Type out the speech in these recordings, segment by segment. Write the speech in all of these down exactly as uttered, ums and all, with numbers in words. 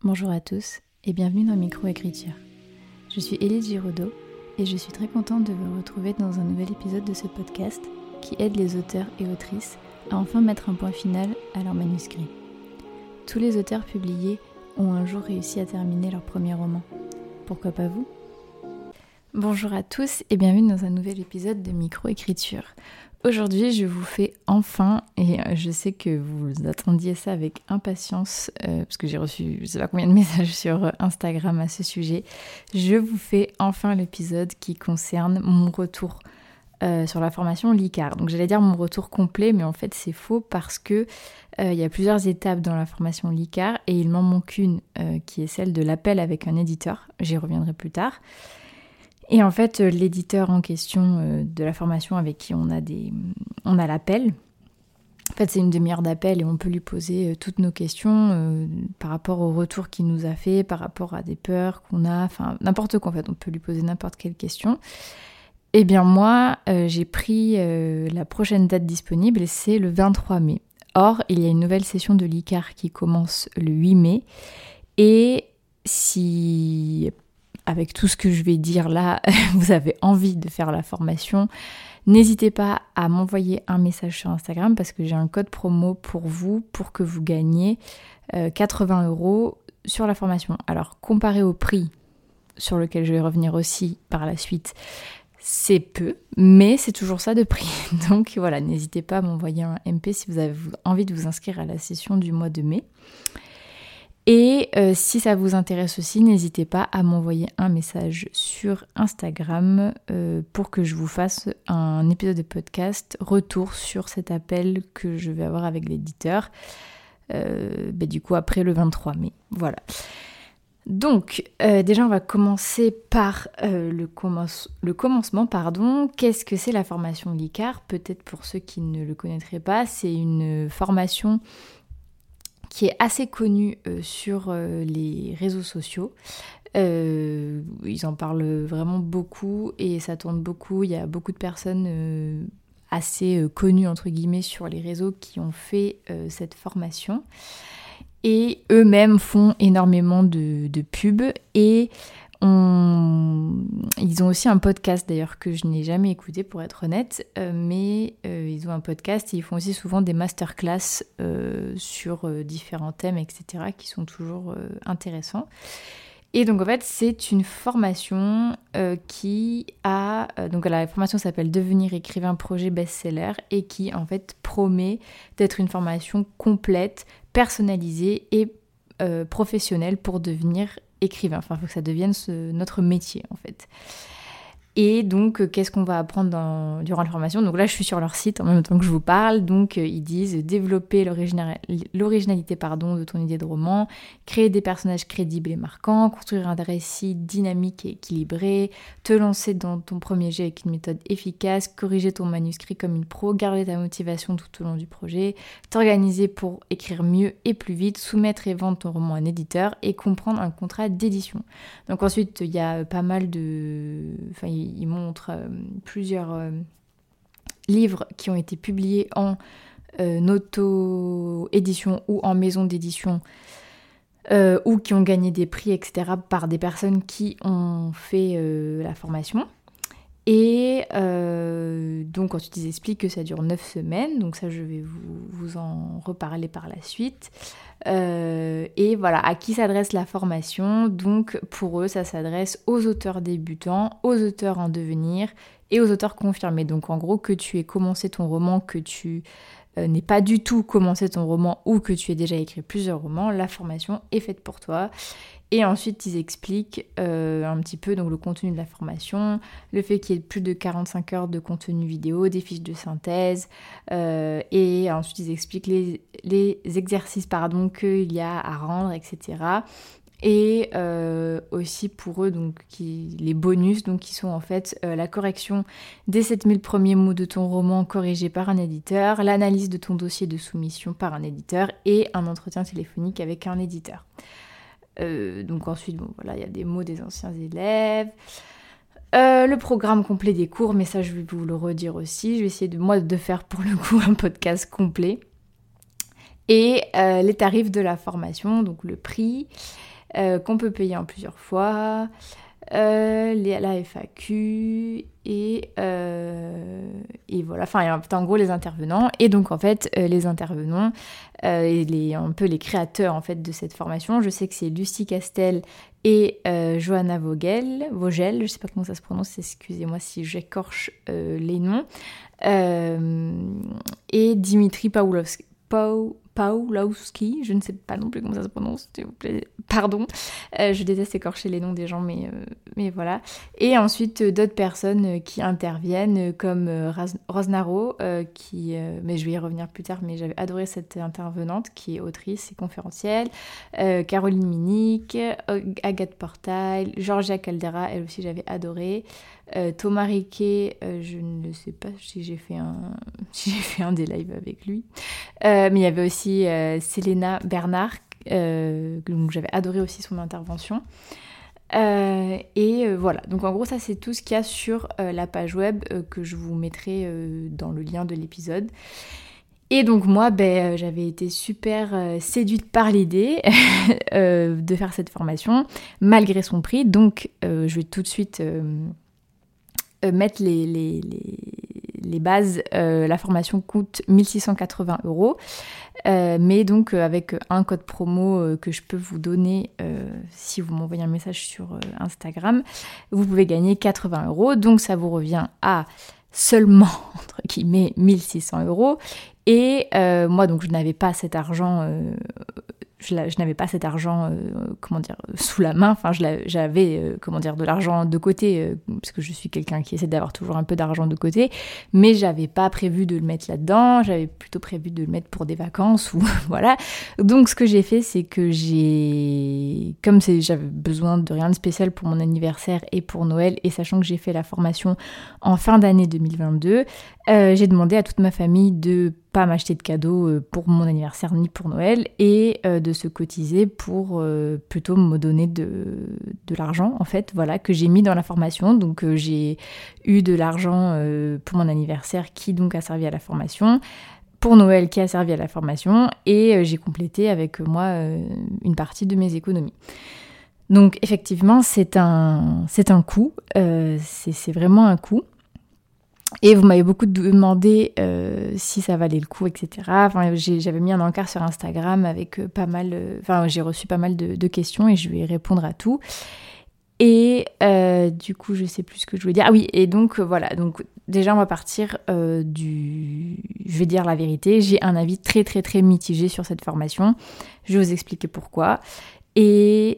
Bonjour à tous et bienvenue dans Micro-Écriture. Je suis Élise Giraudot et je suis très contente de vous retrouver dans un nouvel épisode de ce podcast qui aide les auteurs et autrices à enfin mettre un point final à leur manuscrit. Tous les auteurs publiés ont un jour réussi à terminer leur premier roman. Pourquoi pas vous ? Bonjour à tous et bienvenue dans un nouvel épisode de Micro-Écriture. Aujourd'hui, je vous fais enfin, et je sais que vous attendiez ça avec impatience, euh, parce que j'ai reçu je ne sais pas combien de messages sur Instagram à ce sujet, je vous fais enfin l'épisode qui concerne mon retour euh, sur la formation L I C A R. Donc j'allais dire mon retour complet, mais en fait c'est faux parce que euh, il y a plusieurs étapes dans la formation L I C A R et il m'en manque une euh, qui est celle de l'appel avec un éditeur, j'y reviendrai plus tard. Et en fait, l'éditeur en question de la formation avec qui on a, des, on a l'appel, en fait, c'est une demi-heure d'appel et on peut lui poser toutes nos questions euh, par rapport au retour qu'il nous a fait, par rapport à des peurs qu'on a, enfin n'importe quoi en fait, on peut lui poser n'importe quelle question. Eh bien moi, euh, j'ai pris euh, la prochaine date disponible et c'est le vingt-trois mai. Or, il y a une nouvelle session de L I C A R qui commence le huit mai et si... avec tout ce que je vais dire là, vous avez envie de faire la formation, n'hésitez pas à m'envoyer un message sur Instagram parce que j'ai un code promo pour vous pour que vous gagniez euh, quatre-vingts euros sur la formation. Alors, comparé au prix sur lequel je vais revenir aussi par la suite, c'est peu, mais c'est toujours ça de prix. Donc voilà, n'hésitez pas à m'envoyer un M P si vous avez envie de vous inscrire à la session du mois de mai. Et euh, si ça vous intéresse aussi, n'hésitez pas à m'envoyer un message sur Instagram euh, pour que je vous fasse un épisode de podcast retour sur cet appel que je vais avoir avec l'éditeur, euh, bah, du coup après le vingt-trois mai. Voilà. Donc euh, déjà on va commencer par euh, le, commence- le commencement. Pardon. Qu'est-ce que c'est la formation L I C A R ? Peut-être pour ceux qui ne le connaîtraient pas, c'est une formation qui est assez connu euh, sur euh, les réseaux sociaux. Euh, ils en parlent vraiment beaucoup et ça tourne beaucoup. Il y a beaucoup de personnes euh, assez euh, connues, entre guillemets, sur les réseaux qui ont fait euh, cette formation. Et eux-mêmes font énormément de, de pubs et on... ils ont aussi un podcast d'ailleurs que je n'ai jamais écouté pour être honnête, euh, mais euh, ils ont un podcast et ils font aussi souvent des masterclass euh, sur euh, différents thèmes, et cetera qui sont toujours euh, intéressants. Et donc en fait c'est une formation euh, qui a, euh, donc la formation s'appelle Devenir écrivain projet best-seller et qui en fait promet d'être une formation complète, personnalisée et euh, professionnelle pour devenir écrivain. Enfin, il faut que ça devienne ce, notre métier, en fait. Et donc, euh, qu'est-ce qu'on va apprendre dans, durant la formation ? Donc là, je suis sur leur site en même temps que je vous parle. Donc, euh, ils disent développer l'original, l'originalité pardon, de ton idée de roman, créer des personnages crédibles et marquants, construire un récit dynamique et équilibré, te lancer dans ton premier jet avec une méthode efficace, corriger ton manuscrit comme une pro, garder ta motivation tout au long du projet, t'organiser pour écrire mieux et plus vite, soumettre et vendre ton roman à un éditeur et comprendre un contrat d'édition. Donc ensuite, il y a pas mal de... Enfin, il montre euh, plusieurs euh, livres qui ont été publiés en euh, auto-édition ou en maison d'édition euh, ou qui ont gagné des prix, et cetera par des personnes qui ont fait euh, la formation. Et euh, donc ensuite ils expliquent que ça dure neuf semaines, donc ça je vais vous, vous en reparler par la suite. Euh, et voilà, à qui s'adresse la formation ? Donc pour eux ça s'adresse aux auteurs débutants, aux auteurs en devenir et aux auteurs confirmés. Donc en gros que tu aies commencé ton roman, que tu euh, n'aies pas du tout commencé ton roman ou que tu aies déjà écrit plusieurs romans, la formation est faite pour toi. Et ensuite, ils expliquent euh, un petit peu donc, le contenu de la formation, le fait qu'il y ait plus de quarante-cinq heures de contenu vidéo, des fiches de synthèse, euh, et ensuite ils expliquent les, les exercices pardon, qu'il y a à rendre, et cetera. Et euh, aussi pour eux, donc, qui, les bonus donc, qui sont en fait euh, la correction des sept mille premiers mots de ton roman corrigés par un éditeur, l'analyse de ton dossier de soumission par un éditeur et un entretien téléphonique avec un éditeur. Euh, donc ensuite, bon, voilà, il y a des mots des anciens élèves. Euh, le programme complet des cours, mais ça je vais vous le redire aussi. Je vais essayer de moi de faire pour le coup un podcast complet. Et euh, les tarifs de la formation, donc le prix euh, qu'on peut payer en plusieurs fois, euh, les, la F A Q et, euh, et voilà, enfin en gros les intervenants. Et donc en fait euh, les intervenants euh, et les, un peu les créateurs en fait de cette formation, je sais que c'est Lucie Castel et euh, Johanna Vogel, Vogel, je sais pas comment ça se prononce, excusez-moi si j'écorche euh, les noms, euh, et Dimitri Pawlowski. Pau, Pawlowski, je ne sais pas non plus comment ça se prononce, s'il vous plaît, pardon, euh, je déteste écorcher les noms des gens, mais, euh, mais voilà. Et ensuite euh, d'autres personnes euh, qui interviennent, euh, comme euh, Rosnaro, euh, qui, euh, mais je vais y revenir plus tard, mais j'avais adoré cette intervenante, qui est autrice et conférencière, euh, Caroline Minic, Agathe Portail, Georgia Caldera, elle aussi j'avais adoré, euh, Thomas Riquet, euh, je ne sais pas si j'ai fait un, si j'ai fait un des lives avec lui, euh, mais il y avait aussi euh, Selena Bernard, euh, donc j'avais adoré aussi son intervention. Euh, et euh, voilà, donc en gros ça c'est tout ce qu'il y a sur euh, la page web euh, que je vous mettrai euh, dans le lien de l'épisode. Et donc moi ben, euh, j'avais été super euh, séduite par l'idée euh, de faire cette formation malgré son prix, donc euh, je vais tout de suite euh, euh, mettre les, les, les, les bases. Euh, la formation coûte mille six cent quatre-vingts euros. Euh, mais donc euh, avec un code promo euh, que je peux vous donner euh, si vous m'envoyez un message sur euh, Instagram, vous pouvez gagner quatre-vingts euros, donc ça vous revient à seulement entre guillemets mille six cents euros. Et euh, moi donc je n'avais pas cet argent euh, je, je n'avais pas cet argent euh, comment dire sous la main, enfin je j'avais euh, comment dire de l'argent de côté euh, parce que je suis quelqu'un qui essaie d'avoir toujours un peu d'argent de côté, mais j'avais pas prévu de le mettre là-dedans, j'avais plutôt prévu de le mettre pour des vacances ou voilà. Donc ce que j'ai fait, c'est que j'ai comme c'est j'avais besoin de rien de spécial pour mon anniversaire et pour Noël, et sachant que j'ai fait la formation en fin d'année deux mille vingt-deux, euh, j'ai demandé à toute ma famille de pas m'acheter de cadeaux pour mon anniversaire ni pour Noël, et euh, de se cotiser pour euh, plutôt me donner de, de l'argent en fait, voilà, que j'ai mis dans la formation. Donc euh, j'ai eu de l'argent euh, pour mon anniversaire qui donc a servi à la formation, pour Noël qui a servi à la formation, et euh, j'ai complété avec moi euh, une partie de mes économies. Donc effectivement c'est un, c'est un coût, euh, c'est, c'est vraiment un coût. Et vous m'avez beaucoup demandé euh, si ça valait le coup, et cetera. Enfin, j'ai, j'avais mis un encart sur Instagram avec euh, pas mal... Euh, enfin, j'ai reçu pas mal de, de questions et je vais répondre à tout. Et euh, du coup, je sais plus ce que je voulais dire. Ah oui, et donc euh, voilà. Donc déjà, on va partir euh, du... Je vais dire la vérité. J'ai un avis très, très, très mitigé sur cette formation. Je vais vous expliquer pourquoi. Et...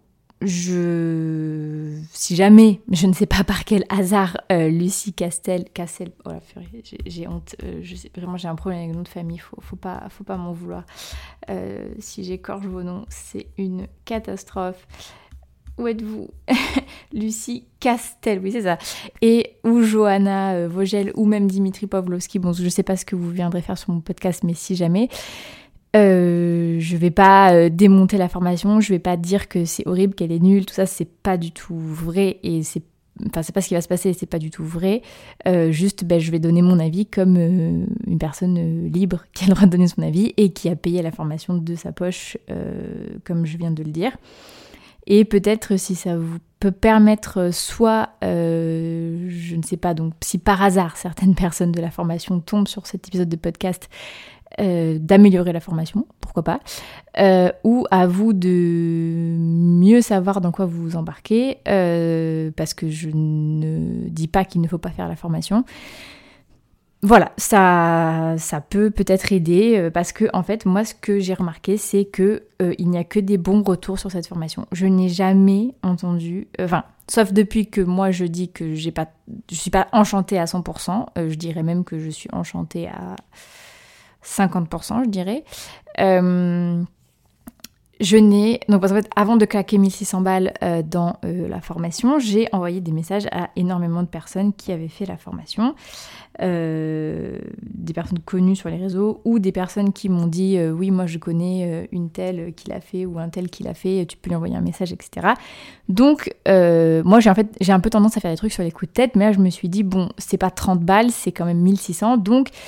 Je, si jamais, je ne sais pas par quel hasard, euh, Lucie Castel, Castel, oh la purée, j'ai, j'ai honte, euh, je sais, vraiment j'ai un problème avec le nom de famille, faut, faut pas, faut pas m'en vouloir. Euh, si j'écorche vos noms, c'est une catastrophe. Où êtes-vous? Lucie Castel, oui c'est ça. Et ou Johanna euh, Vogel, ou même Dimitri Pawlowski, bon je sais pas ce que vous viendrez faire sur mon podcast, mais si jamais... Euh, je vais pas euh, démonter la formation, je vais pas dire que c'est horrible, qu'elle est nulle, tout ça c'est pas du tout vrai, et c'est enfin c'est pas ce qui va se passer, c'est pas du tout vrai. Euh, juste ben je vais donner mon avis comme euh, une personne euh, libre qui a le droit de donner son avis et qui a payé la formation de sa poche, euh, comme je viens de le dire. Et peut-être si ça vous peut permettre soit, euh, je ne sais pas, donc si par hasard certaines personnes de la formation tombent sur cet épisode de podcast, Euh, d'améliorer la formation, pourquoi pas, euh, ou à vous de mieux savoir dans quoi vous vous embarquez, euh, parce que je ne dis pas qu'il ne faut pas faire la formation. Voilà, ça, ça peut peut-être aider, euh, parce que en fait, moi, ce que j'ai remarqué, c'est que euh, il n'y a que des bons retours sur cette formation. Je n'ai jamais entendu, enfin, euh, sauf depuis que moi je dis que j'ai pas, je suis pas enchantée à cent pour cent. Euh, je dirais même que je suis enchantée à cinquante pour cent, je dirais. Euh, je n'ai... Donc, parce qu'en fait, avant de claquer mille six cents balles euh, dans euh, la formation, j'ai envoyé des messages à énormément de personnes qui avaient fait la formation. Euh, des personnes connues sur les réseaux, ou des personnes qui m'ont dit euh, « Oui, moi, je connais euh, une telle qui l'a fait, ou un tel qui l'a fait, tu peux lui envoyer un message, et cetera » Donc, euh, moi, j'ai en fait, j'ai un peu tendance à faire des trucs sur les coups de tête, mais là, je me suis dit « Bon, c'est pas trente balles, c'est quand même mille six cents, donc... »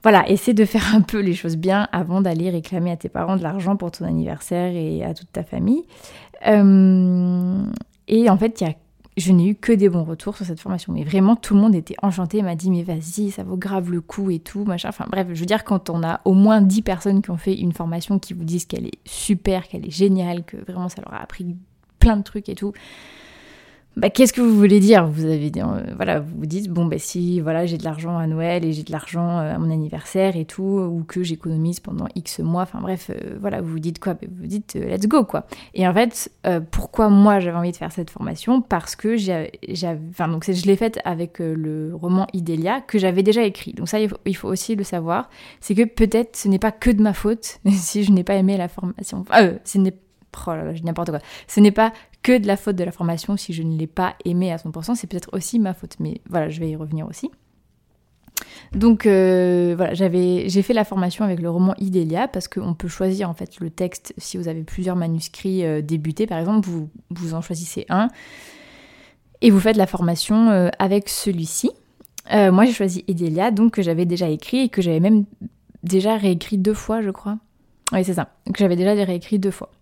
voilà, essaie de faire un peu les choses bien avant d'aller réclamer à tes parents de l'argent pour ton anniversaire et à toute ta famille. Euh, et en fait, il y a je n'ai eu que des bons retours sur cette formation. Mais vraiment, tout le monde était enchanté, m'a dit « mais vas-y, ça vaut grave le coup et tout, machin ». Enfin bref, je veux dire, quand on a au moins dix personnes qui ont fait une formation qui vous disent qu'elle est super, qu'elle est géniale, que vraiment ça leur a appris plein de trucs et tout, bah, qu'est-ce que vous voulez dire ? Vous avez, euh, voilà, vous vous dites, bon, bah, si voilà, j'ai de l'argent à Noël et j'ai de l'argent à mon anniversaire et tout, ou que j'économise pendant X mois, enfin bref, euh, voilà, vous vous dites quoi ? Vous vous dites, euh, let's go, quoi. Et en fait, euh, pourquoi moi j'avais envie de faire cette formation ? Parce que j'ai, j'avais, enfin, donc je l'ai faite avec euh, le roman Idélia que j'avais déjà écrit. Donc ça, il faut, il faut aussi le savoir, c'est que peut-être ce n'est pas que de ma faute si je n'ai pas aimé la formation. Enfin, euh, ce n'est Oh là là, je dis n'importe quoi. Ce n'est pas que de la faute de la formation si je ne l'ai pas aimée à cent pour cent, c'est peut-être aussi ma faute. Mais voilà, je vais y revenir aussi. Donc euh, voilà, j'avais, j'ai fait la formation avec le roman Idélia parce qu'on peut choisir en fait le texte si vous avez plusieurs manuscrits euh, débutés. Par exemple, vous, vous en choisissez un et vous faites la formation euh, avec celui-ci. Euh, moi, j'ai choisi Idélia, donc que j'avais déjà écrit et que j'avais même déjà réécrit deux fois, je crois. Oui, c'est ça. Que j'avais déjà réécrit deux fois.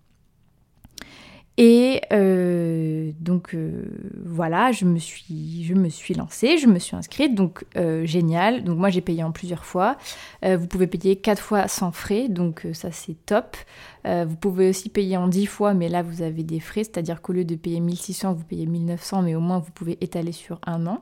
Et euh, donc euh, voilà, je me suis, je me suis lancée, je me suis inscrite, donc euh, génial. Donc moi j'ai payé en plusieurs fois. Euh, vous pouvez payer quatre fois sans frais, donc euh, ça c'est top. Euh, vous pouvez aussi payer en dix fois, mais là vous avez des frais, c'est-à-dire qu'au lieu de payer mille six cents, vous payez mille neuf cents, mais au moins vous pouvez étaler sur un an.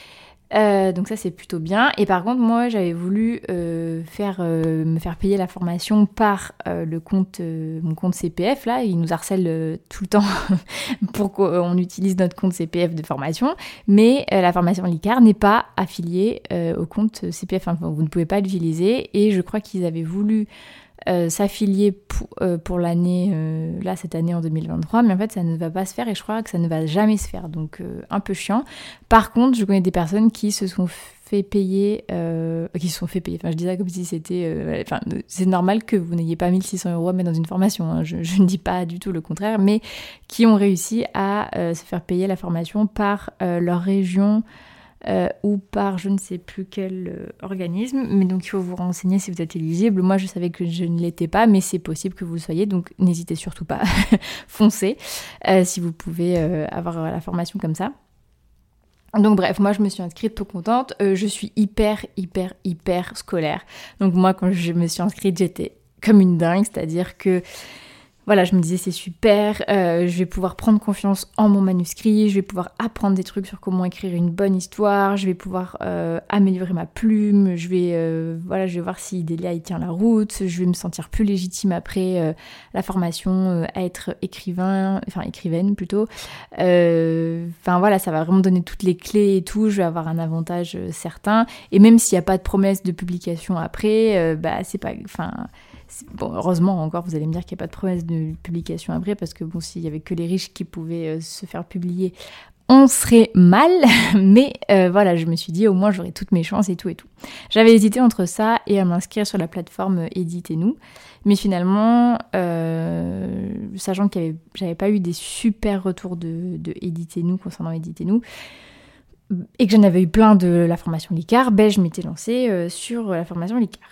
Euh, donc ça c'est plutôt bien. Et par contre moi j'avais voulu euh, faire, euh, me faire payer la formation par euh, le compte, euh, mon compte C P F là, il nous harcèle euh, tout le temps pour qu'on utilise notre compte C P F de formation, mais euh, la formation Licard n'est pas affiliée euh, au compte C P F, enfin, vous ne pouvez pas l'utiliser et je crois qu'ils avaient voulu Euh, s'affilier pour, euh, pour l'année, euh, là cette année en deux mille vingt-trois, mais en fait ça ne va pas se faire et je crois que ça ne va jamais se faire, donc euh, un peu chiant. Par contre, je connais des personnes qui se sont fait payer, euh, qui se sont fait payer, enfin je dis ça comme si c'était, euh, enfin c'est normal que vous n'ayez pas mille six cents euros à mettre dans une formation, hein. je, je ne dis pas du tout le contraire, mais qui ont réussi à euh, se faire payer la formation par euh, leur région, Euh, ou par je ne sais plus quel euh, organisme, mais donc il faut vous renseigner si vous êtes éligible. Moi je savais que je ne l'étais pas, mais c'est possible que vous le soyez, donc n'hésitez surtout pas, foncez euh, si vous pouvez euh, avoir la formation comme ça. Donc bref, moi je me suis inscrite trop contente, euh, je suis hyper hyper hyper scolaire, donc moi quand je me suis inscrite j'étais comme une dingue, c'est-à-dire que voilà, je me disais c'est super, euh, je vais pouvoir prendre confiance en mon manuscrit, je vais pouvoir apprendre des trucs sur comment écrire une bonne histoire, je vais pouvoir euh, améliorer ma plume, je vais, euh, voilà, je vais voir si Idélia il tient la route, je vais me sentir plus légitime après euh, la formation euh, à être écrivain, enfin écrivaine plutôt. Enfin euh, voilà, ça va vraiment donner toutes les clés et tout, je vais avoir un avantage euh, certain. Et même s'il n'y a pas de promesse de publication après, euh, bah c'est pas, enfin. Bon, heureusement encore, vous allez me dire qu'il n'y a pas de promesse de publication après, parce que bon, s'il n'y avait que les riches qui pouvaient euh, se faire publier, on serait mal, mais euh, voilà, je me suis dit au moins j'aurais toutes mes chances et tout et tout. J'avais hésité entre ça et à m'inscrire sur la plateforme Éditez-nous, mais finalement, euh, sachant que j'avais pas eu des super retours de, de Éditez-nous concernant Éditez-nous, et que j'en avais eu plein de la formation Licard, ben je m'étais lancée euh, sur la formation Licard.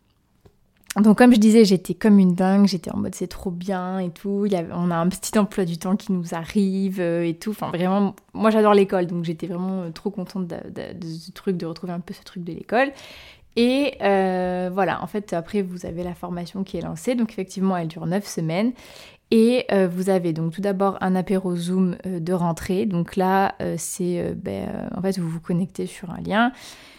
Donc comme je disais, j'étais comme une dingue, j'étais en mode c'est trop bien et tout, il y avait, on a un petit emploi du temps qui nous arrive euh, et tout, enfin vraiment, moi j'adore l'école, donc j'étais vraiment trop contente de, de, de ce truc, de retrouver un peu ce truc de l'école. Et euh, voilà, en fait après vous avez la formation qui est lancée, donc effectivement elle dure neuf semaines. Et euh, vous avez donc tout d'abord un apéro Zoom euh, de rentrée, donc là euh, c'est, euh, ben, euh, en fait vous vous connectez sur un lien,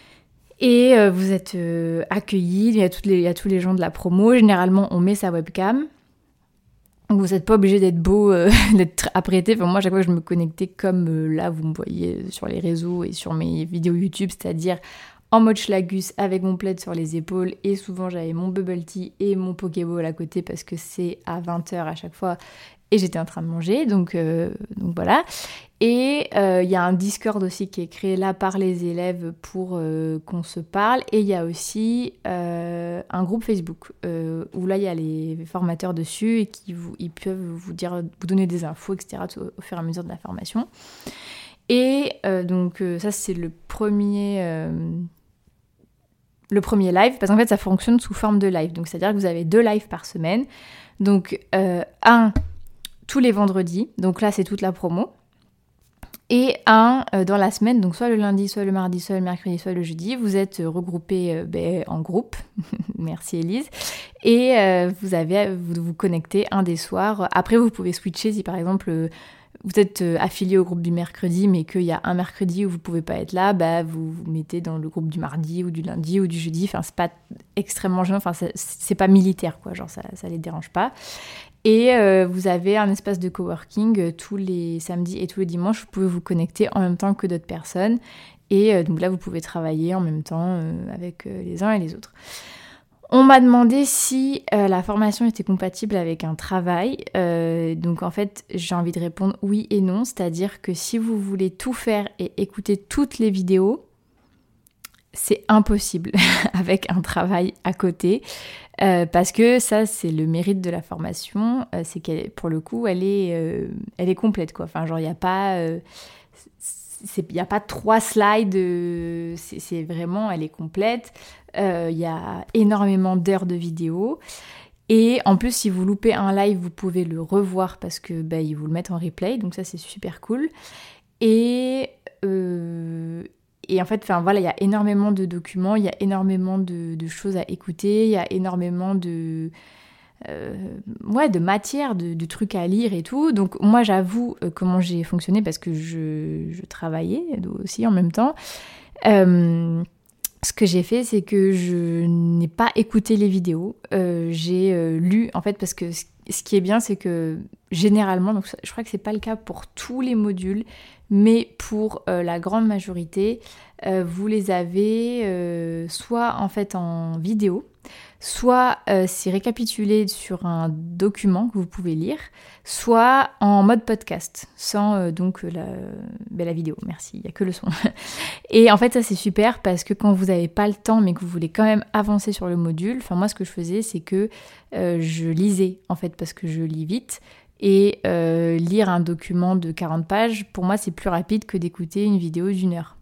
et euh, vous êtes euh, accueillis, il y a toutes les, il y a tous les gens de la promo, généralement on met sa webcam, donc vous n'êtes pas obligé d'être beau, euh, d'être apprêté, enfin moi à chaque fois je me connectais comme euh, là vous me voyez sur les réseaux et sur mes vidéos YouTube, c'est-à-dire en mode schlagus avec mon plaid sur les épaules, et souvent j'avais mon bubble tea et mon pokéball à côté parce que c'est à vingt heures à chaque fois et j'étais en train de manger, donc, euh, donc voilà. Et il euh, y a un Discord aussi qui est créé là par les élèves pour euh, qu'on se parle, et il y a aussi euh, un groupe Facebook euh, où là il y a les formateurs dessus et qui vous, ils peuvent vous dire, vous donner des infos, et cetera au, au fur et à mesure de la formation. Et euh, donc euh, ça c'est le premier... Euh, le premier live, parce qu'en fait ça fonctionne sous forme de live, donc c'est-à-dire que vous avez deux lives par semaine, donc euh, un tous les vendredis, donc là c'est toute la promo, et un euh, dans la semaine, donc soit le lundi, soit le mardi, soit le mercredi, soit le jeudi, vous êtes euh, regroupés euh, ben, en groupe, merci Élise, et euh, vous avez vous vous connectez un des soirs. Après vous pouvez switcher si par exemple euh, vous êtes euh, affilié au groupe du mercredi, mais qu'il y a un mercredi où vous pouvez pas être là, bah vous vous mettez dans le groupe du mardi ou du lundi ou du jeudi, enfin c'est pas extrêmement gênant, enfin c'est, c'est pas militaire quoi, genre ça, ça les dérange pas. Et euh, vous avez un espace de coworking euh, tous les samedis et tous les dimanches, vous pouvez vous connecter en même temps que d'autres personnes. Et euh, donc là, vous pouvez travailler en même temps euh, avec euh, les uns et les autres. On m'a demandé si euh, la formation était compatible avec un travail. Euh, donc en fait, j'ai envie de répondre oui et non. C'est-à-dire que si vous voulez tout faire et écouter toutes les vidéos, c'est impossible avec un travail à côté. Euh, parce que ça, c'est le mérite de la formation, euh, c'est qu'elle, pour le coup, elle est, euh, elle est complète, quoi. Enfin, genre, il n'y a pas... Euh, il n'y a pas trois slides, euh, c'est, c'est vraiment, elle est complète. Il euh, y a énormément d'heures de vidéos. Et en plus, si vous loupez un live, vous pouvez le revoir parce que bah, ils vous le mettent en replay, donc ça, c'est super cool. Et... Euh, Et en fait, enfin voilà, il y a énormément de documents, il y a énormément de, de choses à écouter, il y a énormément de, euh, ouais, de matière, de, de trucs à lire et tout. Donc moi, j'avoue euh, comment j'ai fonctionné parce que je, je travaillais aussi en même temps. Euh, ce que j'ai fait, c'est que je n'ai pas écouté les vidéos. Euh, j'ai euh, lu, en fait, parce que ce, ce qui est bien, c'est que généralement, donc je crois que c'est pas le cas pour tous les modules, mais pour euh, la grande majorité, euh, vous les avez euh, soit en fait en vidéo, soit euh, c'est récapitulé sur un document que vous pouvez lire, soit en mode podcast, sans euh, donc la, ben, la vidéo, merci, il n'y a que le son. Et en fait ça c'est super parce que quand vous n'avez pas le temps mais que vous voulez quand même avancer sur le module, enfin moi ce que je faisais c'est que euh, je lisais en fait parce que je lis vite, et euh, lire un document de quarante pages, pour moi c'est plus rapide que d'écouter une vidéo d'une heure.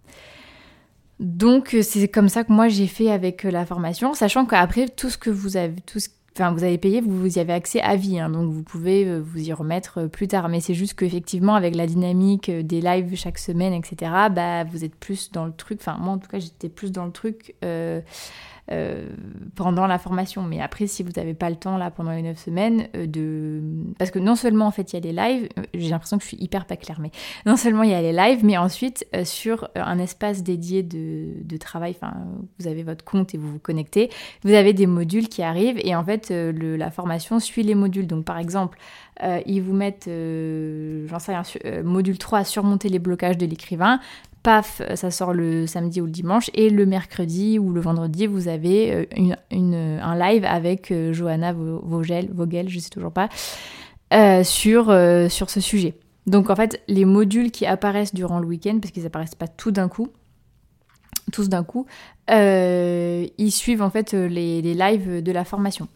Donc c'est comme ça que moi j'ai fait avec la formation, sachant qu'après tout ce que vous avez, tout ce, enfin, vous avez payé, vous, vous y avez accès à vie, hein, donc vous pouvez vous y remettre plus tard. Mais c'est juste qu'effectivement avec la dynamique des lives chaque semaine, et cetera, bah, vous êtes plus dans le truc, enfin moi en tout cas j'étais plus dans le truc euh, euh, pendant la formation. Mais après si vous n'avez pas le temps là pendant les neuf semaines, euh, de... parce que non seulement en fait il y a les lives, euh, j'ai l'impression que je suis hyper pas claire, mais non seulement il y a les lives, mais ensuite euh, sur un espace dédié de, de travail, enfin vous avez votre compte et vous vous connectez, vous avez des modules qui arrivent et en fait euh, le, la formation suit les modules. Donc par exemple euh, ils vous mettent euh, j'en sais rien, euh, module trois, surmonter les blocages de l'écrivain. Paf, ça sort le samedi ou le dimanche, et le mercredi ou le vendredi, vous avez une, une, un live avec euh, Johanna Vogel, Vogel, je sais toujours pas, euh, sur, euh, sur ce sujet. Donc en fait, les modules qui apparaissent durant le week-end, parce qu'ils apparaissent pas tout d'un coup, tous d'un coup, euh, ils suivent en fait les, les lives de la formation.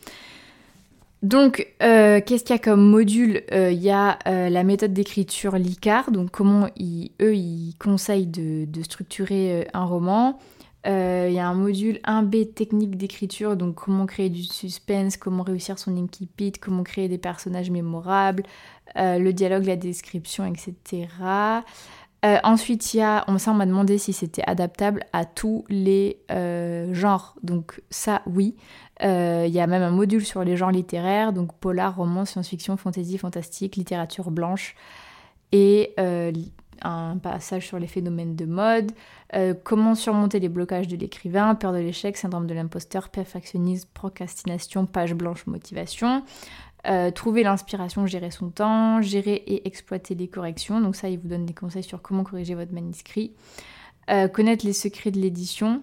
Donc, euh, qu'est-ce qu'il y a comme module ? Il euh, y a euh, la méthode d'écriture L I C A R, donc comment ils, eux, ils conseillent de, de structurer euh, un roman. Il euh, y a un module un B technique d'écriture, donc comment créer du suspense, comment réussir son incipit, comment créer des personnages mémorables, euh, le dialogue, la description, et cetera. Euh, ensuite, il y a, ça on m'a demandé si c'était adaptable à tous les euh, genres, donc ça oui. Il euh, y a même un module sur les genres littéraires, donc polar, roman, science-fiction, fantasy, fantastique, littérature blanche, et euh, un passage sur les phénomènes de mode, euh, comment surmonter les blocages de l'écrivain, peur de l'échec, syndrome de l'imposteur, perfectionnisme, procrastination, page blanche, motivation. Euh, trouver l'inspiration, gérer son temps, gérer et exploiter les corrections. Donc ça, il vous donne des conseils sur comment corriger votre manuscrit. Euh, connaître les secrets de l'édition.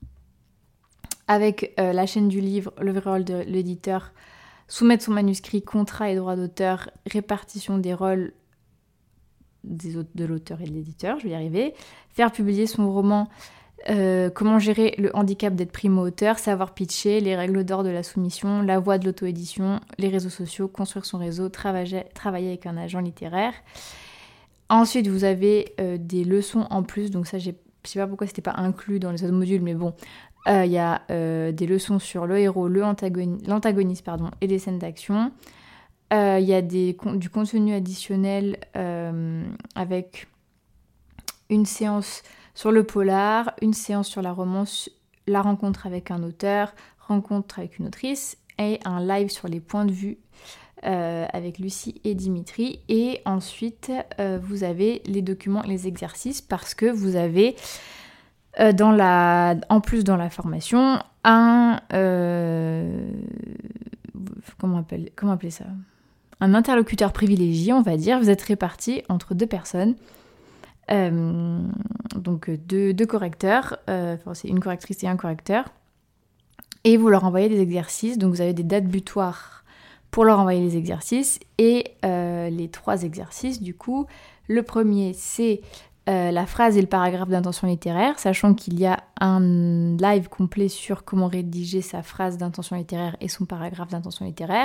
Avec euh, la chaîne du livre, l'overall de l'éditeur, soumettre son manuscrit, contrat et droit d'auteur, répartition des rôles des, de l'auteur et de l'éditeur, je vais y arriver. Faire publier son roman. Euh, comment gérer le handicap d'être primo-auteur, savoir pitcher, les règles d'or de la soumission, la voie de l'auto-édition, les réseaux sociaux, construire son réseau, travailler, travailler avec un agent littéraire. Ensuite, vous avez euh, des leçons en plus, donc ça, j'ai, je sais pas pourquoi c'était pas inclus dans les autres modules, mais bon, Il euh, y a euh, des leçons sur le héros, le antagoni- l'antagoniste pardon, et les scènes d'action. Il euh, y a des, du contenu additionnel euh, avec une séance sur le polar, une séance sur la romance, la rencontre avec un auteur, rencontre avec une autrice et un live sur les points de vue euh, avec Lucie et Dimitri. Et ensuite, euh, vous avez les documents et les exercices parce que vous avez... Euh, dans la, en plus dans la formation, un euh, comment, appelle, comment appeler ça un interlocuteur privilégié, on va dire. Vous êtes répartis entre deux personnes, euh, donc deux, deux correcteurs, euh, enfin, c'est une correctrice et un correcteur, et vous leur envoyez des exercices. Donc vous avez des dates butoirs pour leur envoyer les exercices, et euh, les trois exercices, du coup, le premier c'est Euh, la phrase et le paragraphe d'intention littéraire, sachant qu'il y a un live complet sur comment rédiger sa phrase d'intention littéraire et son paragraphe d'intention littéraire.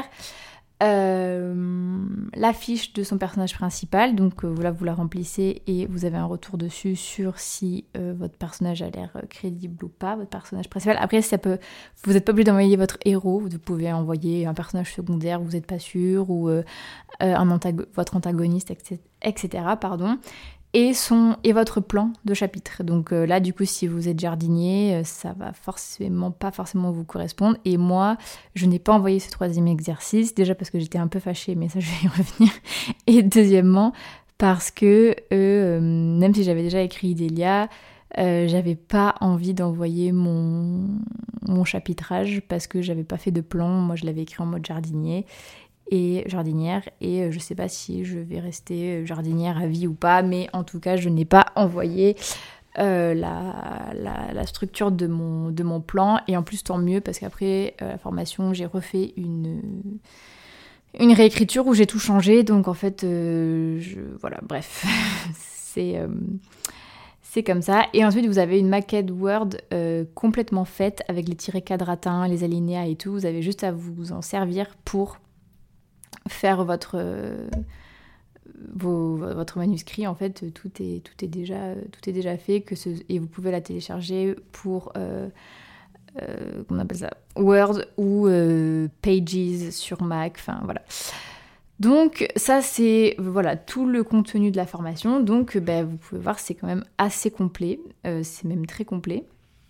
Euh, la fiche de son personnage principal, donc euh, là vous la remplissez et vous avez un retour dessus sur si euh, votre personnage a l'air crédible ou pas, votre personnage principal. Après, ça peut, vous n'êtes pas obligé d'envoyer votre héros, vous pouvez envoyer un personnage secondaire, vous n'êtes pas sûr, ou euh, un antago- votre antagoniste, et cetera. Pardon. Et, son, et votre plan de chapitre. Donc euh, là, du coup, si vous êtes jardinier, euh, ça va forcément pas forcément vous correspondre. Et moi, je n'ai pas envoyé ce troisième exercice, déjà parce que j'étais un peu fâchée, mais ça, je vais y revenir. Et deuxièmement, parce que euh, même si j'avais déjà écrit Idélia, euh, j'avais pas envie d'envoyer mon, mon chapitrage parce que j'avais pas fait de plan. Moi, je l'avais écrit en mode jardinier. Et jardinière, et je sais pas si je vais rester jardinière à vie ou pas, mais en tout cas je n'ai pas envoyé euh, la, la, la structure de mon, de mon plan, et en plus tant mieux parce qu'après euh, la formation j'ai refait une, une réécriture où j'ai tout changé, donc en fait euh, je, voilà, bref c'est, euh, c'est comme ça. Et ensuite vous avez une maquette Word euh, complètement faite avec les tirets quadratins, les alinéas et tout, vous avez juste à vous en servir pour faire votre, euh, vos, votre manuscrit. En fait, tout est, tout est, déjà, tout est déjà fait, que ce, et vous pouvez la télécharger pour, euh, euh, comment on appelle ça, Word ou euh, Pages sur Mac, enfin voilà. Donc ça c'est voilà tout le contenu de la formation. Donc ben, vous pouvez voir, c'est quand même assez complet, euh, c'est même très complet.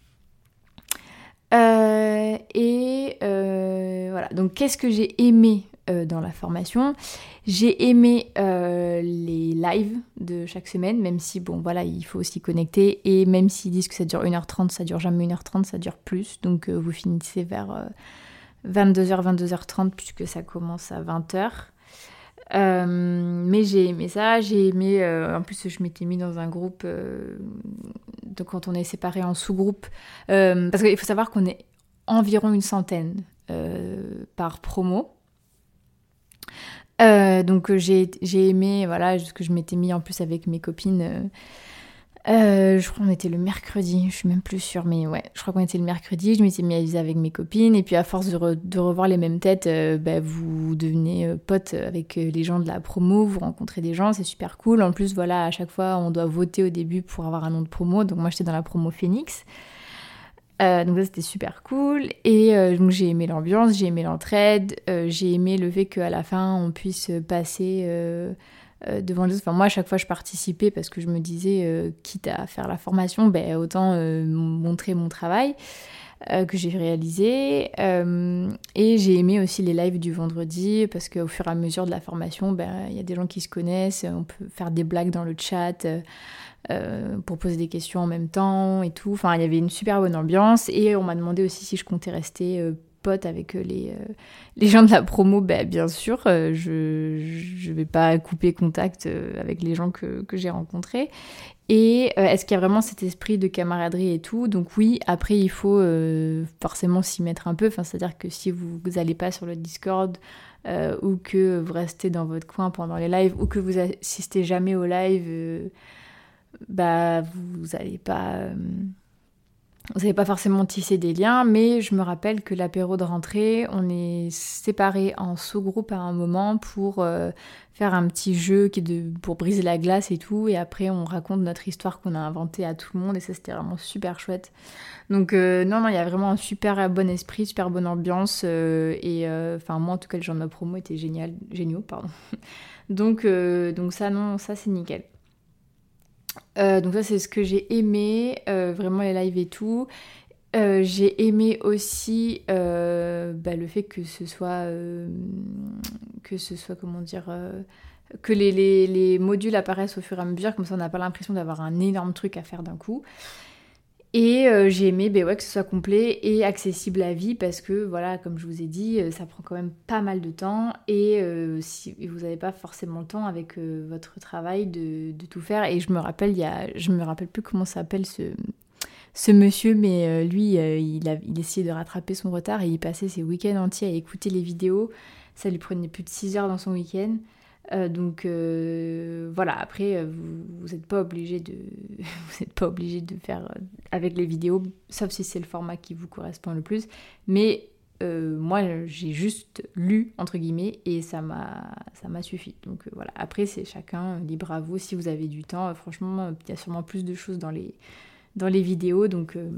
Euh, et euh, voilà, donc qu'est-ce que j'ai aimé euh, dans la formation ? J'ai aimé euh, les lives de chaque semaine, même si bon voilà, il faut aussi connecter, et même s'ils disent que ça dure une heure trente, ça dure jamais une heure trente, ça dure plus, donc euh, vous finissez vers euh, vingt-deux heures, vingt-deux heures trente puisque ça commence à vingt heures. Euh, mais j'ai aimé ça, j'ai aimé, euh, en plus je m'étais mis dans un groupe, euh, donc quand on est séparés en sous-groupes, euh, parce qu'il faut savoir qu'on est environ une centaine euh, par promo. Euh, donc j'ai, j'ai aimé, voilà, ce que je m'étais mis en plus avec mes copines. Euh, Euh, je crois qu'on était le mercredi, je suis même plus sûre, mais ouais, je crois qu'on était le mercredi, je m'étais mis à viser avec mes copines, et puis à force de, re- de revoir les mêmes têtes, euh, bah, vous devenez euh, potes avec euh, les gens de la promo, vous rencontrez des gens, c'est super cool. En plus, voilà, à chaque fois, on doit voter au début pour avoir un nom de promo, donc moi j'étais dans la promo Phoenix. Euh, donc ça c'était super cool, et euh, donc j'ai aimé l'ambiance, j'ai aimé l'entraide, euh, j'ai aimé le fait qu'à la fin on puisse passer... Euh, Euh, devant les autres. Enfin, moi, à chaque fois, je participais parce que je me disais, euh, quitte à faire la formation, ben, autant euh, montrer mon travail euh, que j'ai réalisé. Euh, et j'ai aimé aussi les lives du vendredi parce qu'au fur et à mesure de la formation, ben, y a des gens qui se connaissent, on peut faire des blagues dans le chat euh, euh, pour poser des questions en même temps et tout. Enfin, il y avait une super bonne ambiance, et on m'a demandé aussi si je comptais rester euh, pote avec les, euh, les gens de la promo. Ben, bien sûr, euh, je je vais pas couper contact euh, avec les gens que, que j'ai rencontrés. Et euh, est-ce qu'il y a vraiment cet esprit de camaraderie et tout ? Donc oui, après il faut euh, forcément s'y mettre un peu, enfin, c'est-à-dire que si vous n'allez pas sur le Discord euh, ou que vous restez dans votre coin pendant les lives, ou que vous assistez jamais au live, euh, bah vous n'allez pas... Euh, Vous savez pas forcément tisser des liens, mais je me rappelle que l'apéro de rentrée, on est séparés en sous-groupes à un moment pour euh, faire un petit jeu qui est de, pour briser la glace et tout, et après on raconte notre histoire qu'on a inventée à tout le monde, et ça c'était vraiment super chouette. Donc euh, non, non, il y a vraiment un super bon esprit, super bonne ambiance, euh, et enfin euh, moi en tout cas les gens de ma promo étaient génial, géniaux, pardon. donc, euh, donc ça non, ça c'est nickel. Euh, donc ça c'est ce que j'ai aimé, euh, vraiment les lives et tout. Euh, j'ai aimé aussi euh, bah, le fait que ce soit, euh, que ce soit comment dire, euh, que les, les, les modules apparaissent au fur et à mesure, comme ça on n'a pas l'impression d'avoir un énorme truc à faire d'un coup. Et euh, j'ai aimé bah, ouais, que ce soit complet et accessible à vie parce que, voilà, comme je vous ai dit, ça prend quand même pas mal de temps et euh, si vous n'avez pas forcément le temps avec euh, votre travail de, de tout faire. Et je me rappelle, il y a, je me rappelle plus comment s'appelle ce, ce monsieur, mais euh, lui, euh, il, a, il essayait de rattraper son retard et il passait ses week-ends entiers à écouter les vidéos. Ça lui prenait plus de six heures dans son week-end. Euh, donc euh, voilà, après vous n'êtes pas obligé de vous n'êtes pas obligé de faire avec les vidéos, sauf si c'est le format qui vous correspond le plus. Mais euh, moi j'ai juste lu entre guillemets et ça m'a ça m'a suffi. Donc euh, voilà, après c'est chacun libre à vous si vous avez du temps. Franchement, il y a sûrement plus de choses dans les dans les vidéos, donc euh,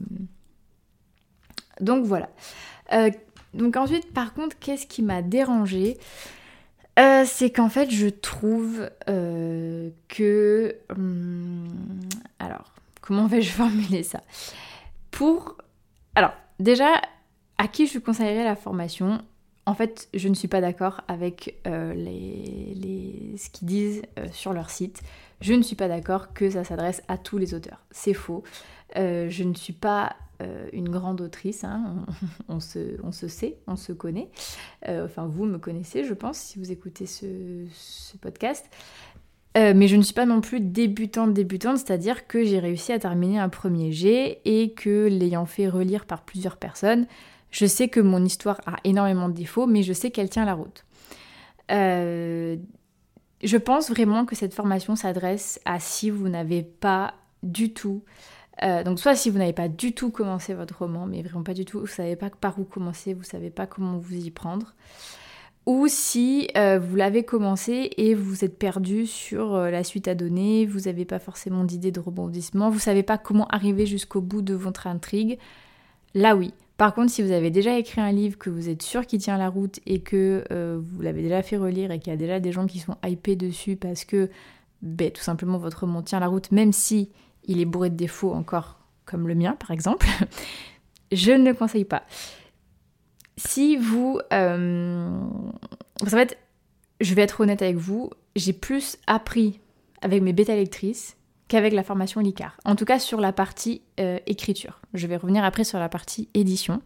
donc voilà. Euh, donc ensuite, par contre, qu'est-ce qui m'a dérangée ? Euh, c'est qu'en fait, je trouve euh, que... Hum, alors, comment vais-je formuler ça ? Pour... Alors, déjà, à qui je conseillerais la formation ? En fait, je ne suis pas d'accord avec euh, les, les, ce qu'ils disent euh, sur leur site. Je ne suis pas d'accord que ça s'adresse à tous les auteurs. C'est faux. Euh, je ne suis pas... Euh, une grande autrice, hein. on, on, se, on se sait, on se connaît. Euh, enfin, vous me connaissez, je pense, si vous écoutez ce, ce podcast. Euh, mais je ne suis pas non plus débutante, débutante, c'est-à-dire que j'ai réussi à terminer un premier jet et que, l'ayant fait relire par plusieurs personnes, je sais que mon histoire a énormément de défauts, mais je sais qu'elle tient la route. Euh, je pense vraiment que cette formation s'adresse à si vous n'avez pas du tout... Euh, donc soit si vous n'avez pas du tout commencé votre roman, mais vraiment pas du tout, vous ne savez pas par où commencer, vous ne savez pas comment vous y prendre, ou si euh, vous l'avez commencé et vous êtes perdu sur euh, la suite à donner, vous n'avez pas forcément d'idée de rebondissement, vous ne savez pas comment arriver jusqu'au bout de votre intrigue, là oui. Par contre, si vous avez déjà écrit un livre, que vous êtes sûr qu'il tient la route et que euh, vous l'avez déjà fait relire et qu'il y a déjà des gens qui sont hypés dessus parce que ben, tout simplement votre roman tient la route, même si il est bourré de défauts encore, comme le mien par exemple, je ne le conseille pas. Si vous... Euh... En fait, je vais être honnête avec vous, j'ai plus appris avec mes bêta-lectrices qu'avec la formation Licard. En tout cas sur la partie euh, écriture. Je vais revenir après sur la partie édition.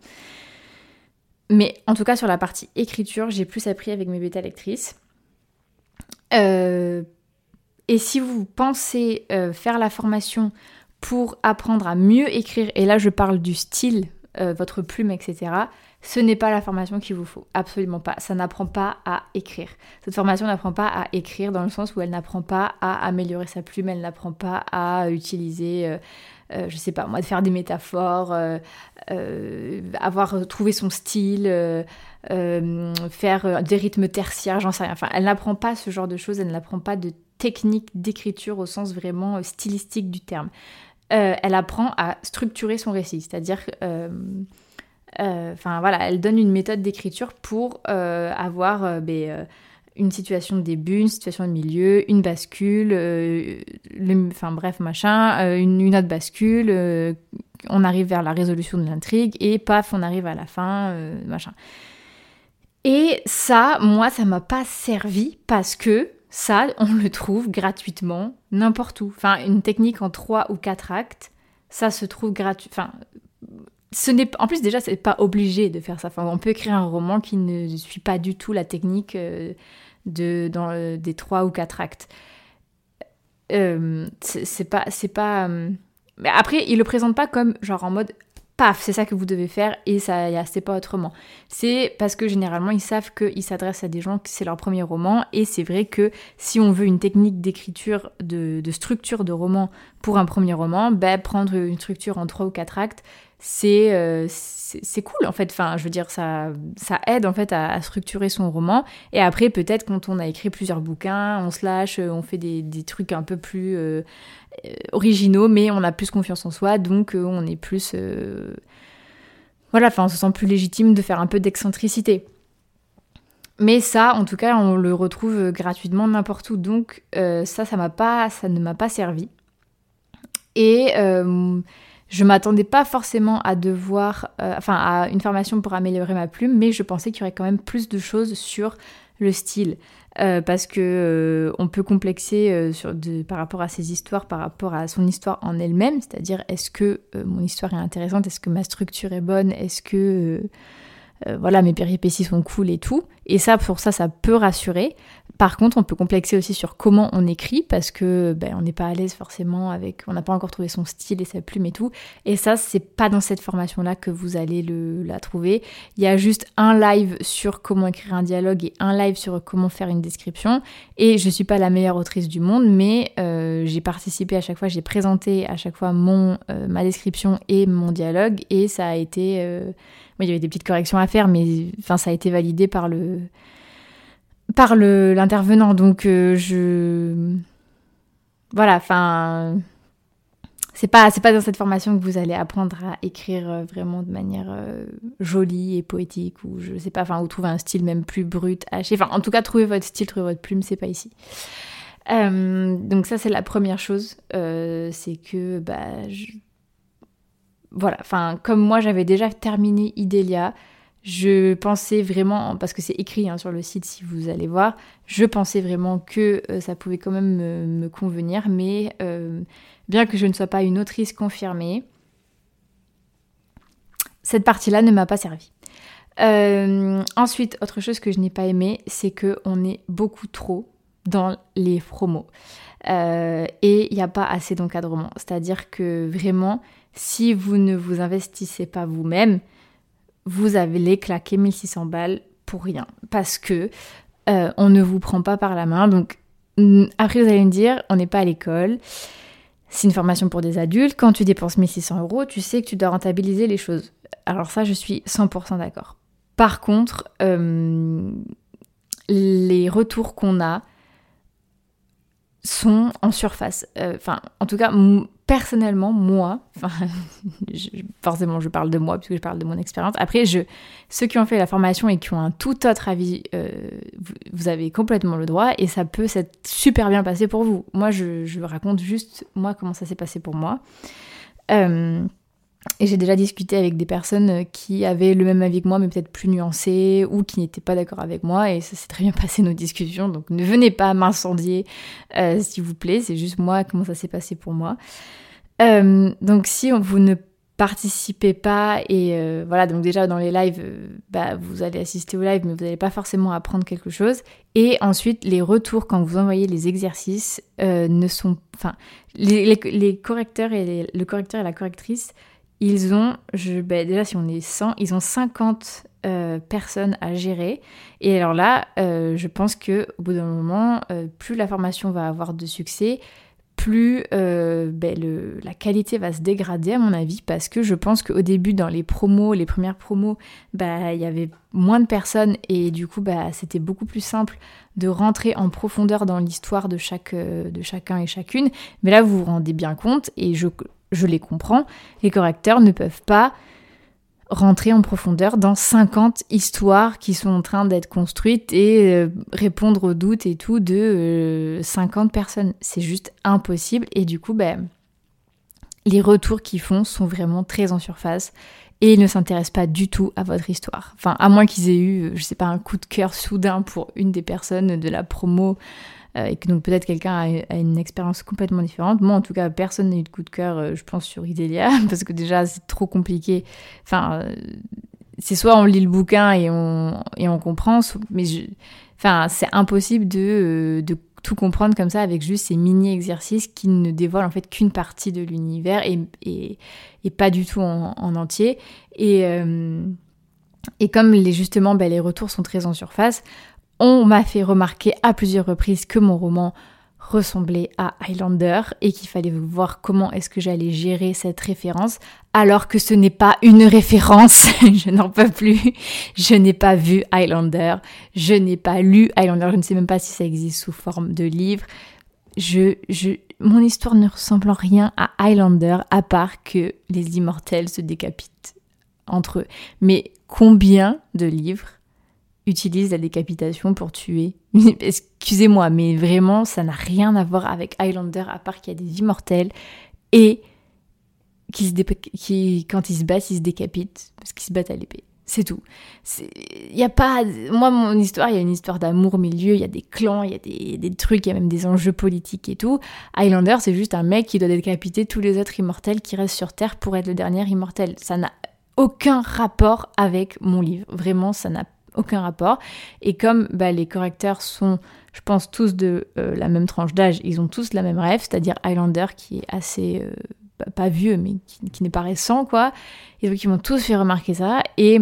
Mais en tout cas sur la partie écriture, j'ai plus appris avec mes bêta-lectrices. Euh... Et si vous pensez euh, faire la formation pour apprendre à mieux écrire, et là je parle du style, euh, votre plume, et cetera, ce n'est pas la formation qu'il vous faut, absolument pas. Ça n'apprend pas à écrire. Cette formation n'apprend pas à écrire dans le sens où elle n'apprend pas à améliorer sa plume, elle n'apprend pas à utiliser, euh, euh, je sais pas moi, de faire des métaphores, euh, euh, avoir trouvé son style, euh, euh, faire des rythmes tertiaires, j'en sais rien. Enfin, elle n'apprend pas ce genre de choses, elle n'apprend pas de technique d'écriture au sens vraiment stylistique du terme. Euh, elle apprend à structurer son récit, c'est-à-dire, euh, euh, enfin voilà, elle donne une méthode d'écriture pour euh, avoir euh, ben, euh, une situation de début, une situation de milieu, une bascule, euh, le, enfin bref machin, euh, une, une autre bascule, euh, on arrive vers la résolution de l'intrigue et paf, on arrive à la fin, euh, machin. Et ça, moi, ça m'a pas servi parce que ça, on le trouve gratuitement n'importe où. Enfin, une technique en trois ou quatre actes, ça se trouve gratuit. Enfin, ce n'est en plus déjà, c'est pas obligé de faire ça. Enfin, on peut écrire un roman qui ne suit pas du tout la technique euh, de dans euh, des trois ou quatre actes. Euh, c'est, c'est pas, c'est pas. Euh... Mais après, il le présente pas comme genre en mode. Paf, c'est ça que vous devez faire et ça, c'est pas autrement. C'est parce que généralement ils savent qu'ils s'adressent à des gens que c'est leur premier roman et c'est vrai que si on veut une technique d'écriture, de, de structure de roman pour un premier roman, ben, prendre une structure en trois ou quatre actes, c'est, euh, c'est, c'est cool en fait. Enfin, je veux dire, ça, ça aide en fait à, à structurer son roman. Et après, peut-être quand on a écrit plusieurs bouquins, on se lâche, on fait des, des trucs un peu plus euh, originaux, mais on a plus confiance en soi, donc euh, on est plus... Euh, voilà, enfin, on se sent plus légitime de faire un peu d'excentricité. Mais ça, en tout cas, on le retrouve gratuitement n'importe où. Donc euh, ça, ça, m'a pas, ça ne m'a pas servi. Et euh, je m'attendais pas forcément à devoir... Euh, enfin, à une formation pour améliorer ma plume, mais je pensais qu'il y aurait quand même plus de choses sur le style. Euh, parce que euh, on peut complexer euh, sur de, par rapport à ses histoires, par rapport à son histoire en elle-même. C'est-à-dire, est-ce que euh, mon histoire est intéressante ? Est-ce que ma structure est bonne ? Est-ce que... Euh, Euh, voilà, mes péripéties sont cool et tout. Et ça, pour ça, ça peut rassurer. Par contre, on peut complexer aussi sur comment on écrit parce que ben, on n'est pas à l'aise forcément avec... On n'a pas encore trouvé son style et sa plume et tout. Et ça, c'est pas dans cette formation-là que vous allez le, la trouver. Il y a juste un live sur comment écrire un dialogue et un live sur comment faire une description. Et je suis pas la meilleure autrice du monde, mais euh, j'ai participé à chaque fois, j'ai présenté à chaque fois mon, euh, ma description et mon dialogue. Et ça a été... Euh, il y avait des petites corrections à faire, mais enfin, ça a été validé par le par le l'intervenant. Donc euh, je voilà, enfin c'est pas c'est pas dans cette formation que vous allez apprendre à écrire vraiment de manière euh, jolie et poétique ou je sais pas, enfin ou trouver un style même plus brut, haché. Enfin en tout cas trouver votre style, trouver votre plume, c'est pas ici. Euh, donc ça c'est la première chose, euh, c'est que bah je... Voilà, enfin, comme moi j'avais déjà terminé Idélia, je pensais vraiment, parce que c'est écrit hein, sur le site si vous allez voir, je pensais vraiment que euh, ça pouvait quand même me, me convenir, mais euh, bien que je ne sois pas une autrice confirmée, cette partie-là ne m'a pas servi. Euh, ensuite, autre chose que je n'ai pas aimé, c'est qu'on est beaucoup trop dans les promos. Euh, et il n'y a pas assez d'encadrement. C'est-à-dire que vraiment... Si vous ne vous investissez pas vous-même, vous allez claquer mille six cents balles pour rien. Parce que euh, on ne vous prend pas par la main. Donc après vous allez me dire, on n'est pas à l'école. C'est une formation pour des adultes. Quand tu dépenses mille six cents euros, tu sais que tu dois rentabiliser les choses. Alors ça, je suis cent pour cent d'accord. Par contre, euh, les retours qu'on a sont en surface. Enfin, euh, en tout cas, m- personnellement, moi, enfin, je, forcément, je parle de moi puisque je parle de mon expérience. Après, je, ceux qui ont fait la formation et qui ont un tout autre avis, euh, vous, vous avez complètement le droit et ça peut s'être super bien passé pour vous. Moi, je, je raconte juste moi comment ça s'est passé pour moi. Euh, Et j'ai déjà discuté avec des personnes qui avaient le même avis que moi, mais peut-être plus nuancées, ou qui n'étaient pas d'accord avec moi, et ça s'est très bien passé nos discussions, donc ne venez pas m'incendier, euh, s'il vous plaît, c'est juste moi, comment ça s'est passé pour moi. Euh, donc si vous ne participez pas, et euh, voilà, donc déjà dans les lives, euh, bah, vous allez assister au live, mais vous n'allez pas forcément apprendre quelque chose, et ensuite les retours quand vous envoyez les exercices euh, ne sont... Enfin, les, les, les correcteurs et les, le correcteur et la correctrice, ils ont, je, ben déjà si on est cent, ils ont cinquante euh, personnes à gérer. Et alors là, euh, je pense qu'au bout d'un moment, euh, plus la formation va avoir de succès, plus euh, ben le, la qualité va se dégrader à mon avis, parce que je pense qu'au début, dans les promos, les premières promos, ben, il y avait moins de personnes et du coup, ben, c'était beaucoup plus simple de rentrer en profondeur dans l'histoire de, chaque, de chacun et chacune. Mais là, vous vous rendez bien compte, et je... je les comprends, les correcteurs ne peuvent pas rentrer en profondeur dans cinquante histoires qui sont en train d'être construites et euh, répondre aux doutes et tout de euh, cinquante personnes. C'est juste impossible et du coup, ben, les retours qu'ils font sont vraiment très en surface et ils ne s'intéressent pas du tout à votre histoire. Enfin, à moins qu'ils aient eu, je sais pas, un coup de cœur soudain pour une des personnes de la promo, Euh, et que donc peut-être quelqu'un a, a une expérience complètement différente. Moi, en tout cas, personne n'a eu de coup de cœur, euh, je pense, sur Idélia, parce que déjà, c'est trop compliqué. Enfin, euh, c'est soit on lit le bouquin et on, et on comprend, mais je, enfin, c'est impossible de, euh, de tout comprendre comme ça avec juste ces mini-exercices qui ne dévoilent en fait qu'une partie de l'univers et, et, et pas du tout en, en entier. Et, euh, et comme les, justement, ben, les retours sont très en surface, on m'a fait remarquer à plusieurs reprises que mon roman ressemblait à Highlander et qu'il fallait voir comment est-ce que j'allais gérer cette référence alors que ce n'est pas une référence. Je n'en peux plus. Je n'ai pas vu Highlander. Je n'ai pas lu Highlander. Je ne sais même pas si ça existe sous forme de livre. Je, je, mon histoire ne ressemble en rien à Highlander à part que les immortels se décapitent entre eux. Mais combien de livres utilisent la décapitation pour tuer? Excusez-moi, mais vraiment, ça n'a rien à voir avec Highlander, à part qu'il y a des immortels et qui, se dé... qui quand ils se battent, ils se décapitent parce qu'ils se battent à l'épée. C'est tout. Il y a pas... Moi, mon histoire, il y a une histoire d'amour au milieu, il y a des clans, il y a des, des trucs, il y a même des enjeux politiques et tout. Highlander, c'est juste un mec qui doit décapiter tous les autres immortels qui restent sur Terre pour être le dernier immortel. Ça n'a aucun rapport avec mon livre. Vraiment, ça n'a aucun rapport. Et comme bah, les correcteurs sont, je pense, tous de euh, la même tranche d'âge, ils ont tous la même rêve, c'est-à-dire Highlander qui est assez... Euh, bah, pas vieux, mais qui, qui n'est pas récent, quoi. Et donc, ils m'ont tous fait remarquer ça. Et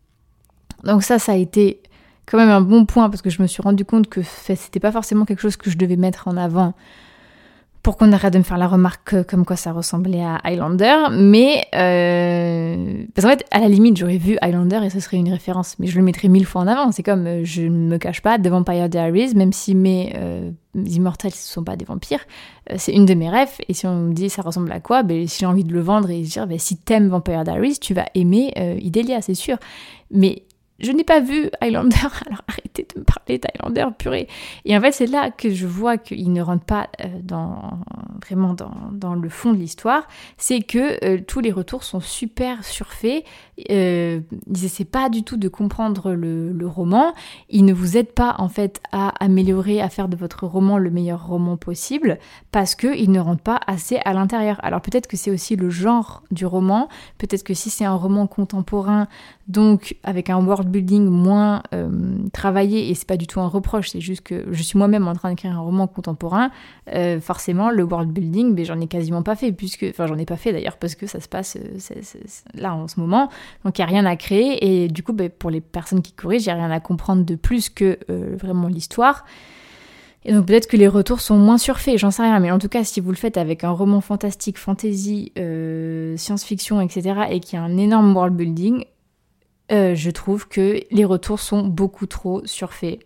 donc ça, ça a été quand même un bon point, parce que je me suis rendu compte que c'était pas forcément quelque chose que je devais mettre en avant pour qu'on arrête de me faire la remarque comme quoi ça ressemblait à Highlander, mais euh... parce qu'en fait, à la limite, j'aurais vu Highlander et ce serait une référence, mais je le mettrais mille fois en avant. C'est comme, euh, je ne me cache pas, The Vampire Diaries, même si mes euh, immortels ne sont pas des vampires, euh, c'est une de mes rêves, et si on me dit ça ressemble à quoi, ben, si j'ai envie de le vendre et dire, ben, si t'aimes Vampire Diaries, tu vas aimer euh, Idélia, c'est sûr. Mais je n'ai pas vu Highlander, alors arrêtez de me parler d'Highlander, purée. Et en fait, c'est là que je vois qu'il ne rentre pas euh, dans, vraiment dans, dans le fond de l'histoire. C'est que euh, tous les retours sont super surfaits. Euh, ils n'essaient pas du tout de comprendre le, le roman. Ils ne vous aident pas, en fait, à améliorer, à faire de votre roman le meilleur roman possible, parce qu'ils ne rentrent pas assez à l'intérieur. Alors peut-être que c'est aussi le genre du roman. Peut-être que si c'est un roman contemporain, donc avec un world building moins euh, travaillé, et c'est pas du tout un reproche, c'est juste que je suis moi-même en train d'écrire un roman contemporain, euh, forcément le world building, ben, j'en ai quasiment pas fait, puisque, enfin j'en ai pas fait d'ailleurs parce que ça se passe c'est, c'est, c'est là en ce moment, donc il n'y a rien à créer, et du coup ben, pour les personnes qui corrigent, il n'y a rien à comprendre de plus que euh, vraiment l'histoire. Et donc peut-être que les retours sont moins surfaits, j'en sais rien, mais en tout cas si vous le faites avec un roman fantastique, fantasy, euh, science-fiction, et cetera, et qu'il y a un énorme world building, Euh, je trouve que les retours sont beaucoup trop surfaits.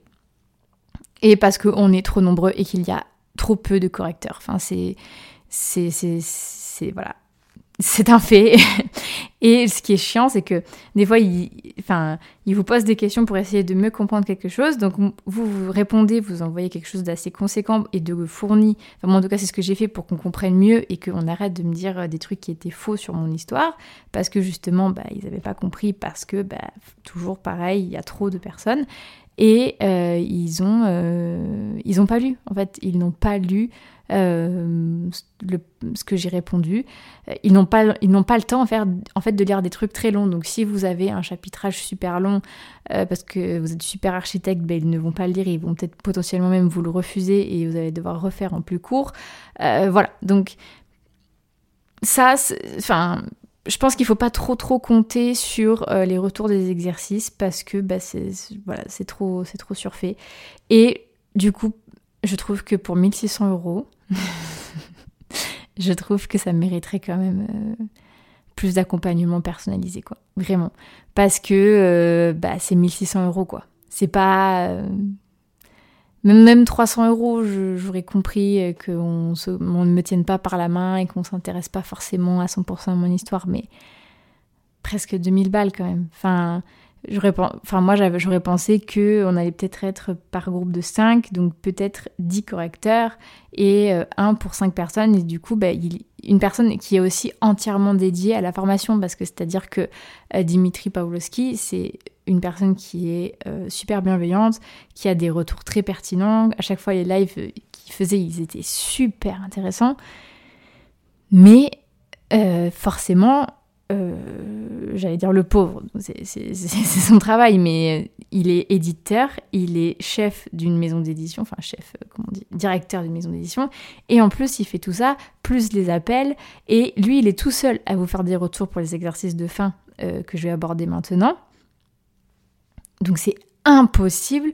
Et parce qu'on est trop nombreux et qu'il y a trop peu de correcteurs. Enfin, c'est... c'est, c'est, c'est voilà. C'est un fait. Et ce qui est chiant, c'est que des fois, ils, enfin, ils vous posent des questions pour essayer de mieux comprendre quelque chose. Donc, vous, vous répondez, vous envoyez quelque chose d'assez conséquent et de fourni. Enfin, moi, en tout cas, c'est ce que j'ai fait pour qu'on comprenne mieux et qu'on arrête de me dire des trucs qui étaient faux sur mon histoire. Parce que justement, bah, ils n'avaient pas compris parce que, bah, toujours pareil, il y a trop de personnes. Et euh, ils ont, euh, ils ont pas lu. En fait, ils n'ont pas lu Euh, le, ce que j'ai répondu. Ils n'ont pas, ils n'ont pas le temps en fait, en fait de lire des trucs très longs. Donc si vous avez un chapitrage super long euh, parce que vous êtes super architecte, ben, ils ne vont pas le lire, ils vont peut-être potentiellement même vous le refuser et vous allez devoir refaire en plus court. Euh, voilà, donc ça, enfin, je pense qu'il ne faut pas trop trop compter sur euh, les retours des exercices parce que bah, c'est, c'est, voilà, c'est, trop, c'est trop surfait. Et du coup, je trouve que pour mille six cents euros, je trouve que ça mériterait quand même euh, plus d'accompagnement personnalisé, quoi. Vraiment. Parce que euh, bah, c'est mille six cents euros, quoi. C'est pas... Euh, même, même trois cents euros, je, j'aurais compris qu'on se, on ne me tienne pas par la main et qu'on ne s'intéresse pas forcément à cent pour cent à mon histoire, mais presque deux mille balles quand même. Enfin... J'aurais, enfin, moi, j'avais, j'aurais pensé qu'on allait peut-être être par groupe de cinq, donc peut-être dix correcteurs et euh, un pour cinq personnes. Et du coup, bah, il, une personne qui est aussi entièrement dédiée à la formation, parce que c'est-à-dire que euh, Dimitri Pawlowski, c'est une personne qui est euh, super bienveillante, qui a des retours très pertinents. À chaque fois, les lives qu'il faisait, ils étaient super intéressants. Mais euh, forcément... Euh, j'allais dire le pauvre, c'est, c'est, c'est, c'est son travail, mais il est éditeur, il est chef d'une maison d'édition, enfin chef, comment on dit, directeur d'une maison d'édition, et en plus il fait tout ça, plus les appels, et lui il est tout seul à vous faire des retours pour les exercices de fin euh, que je vais aborder maintenant. Donc c'est impossible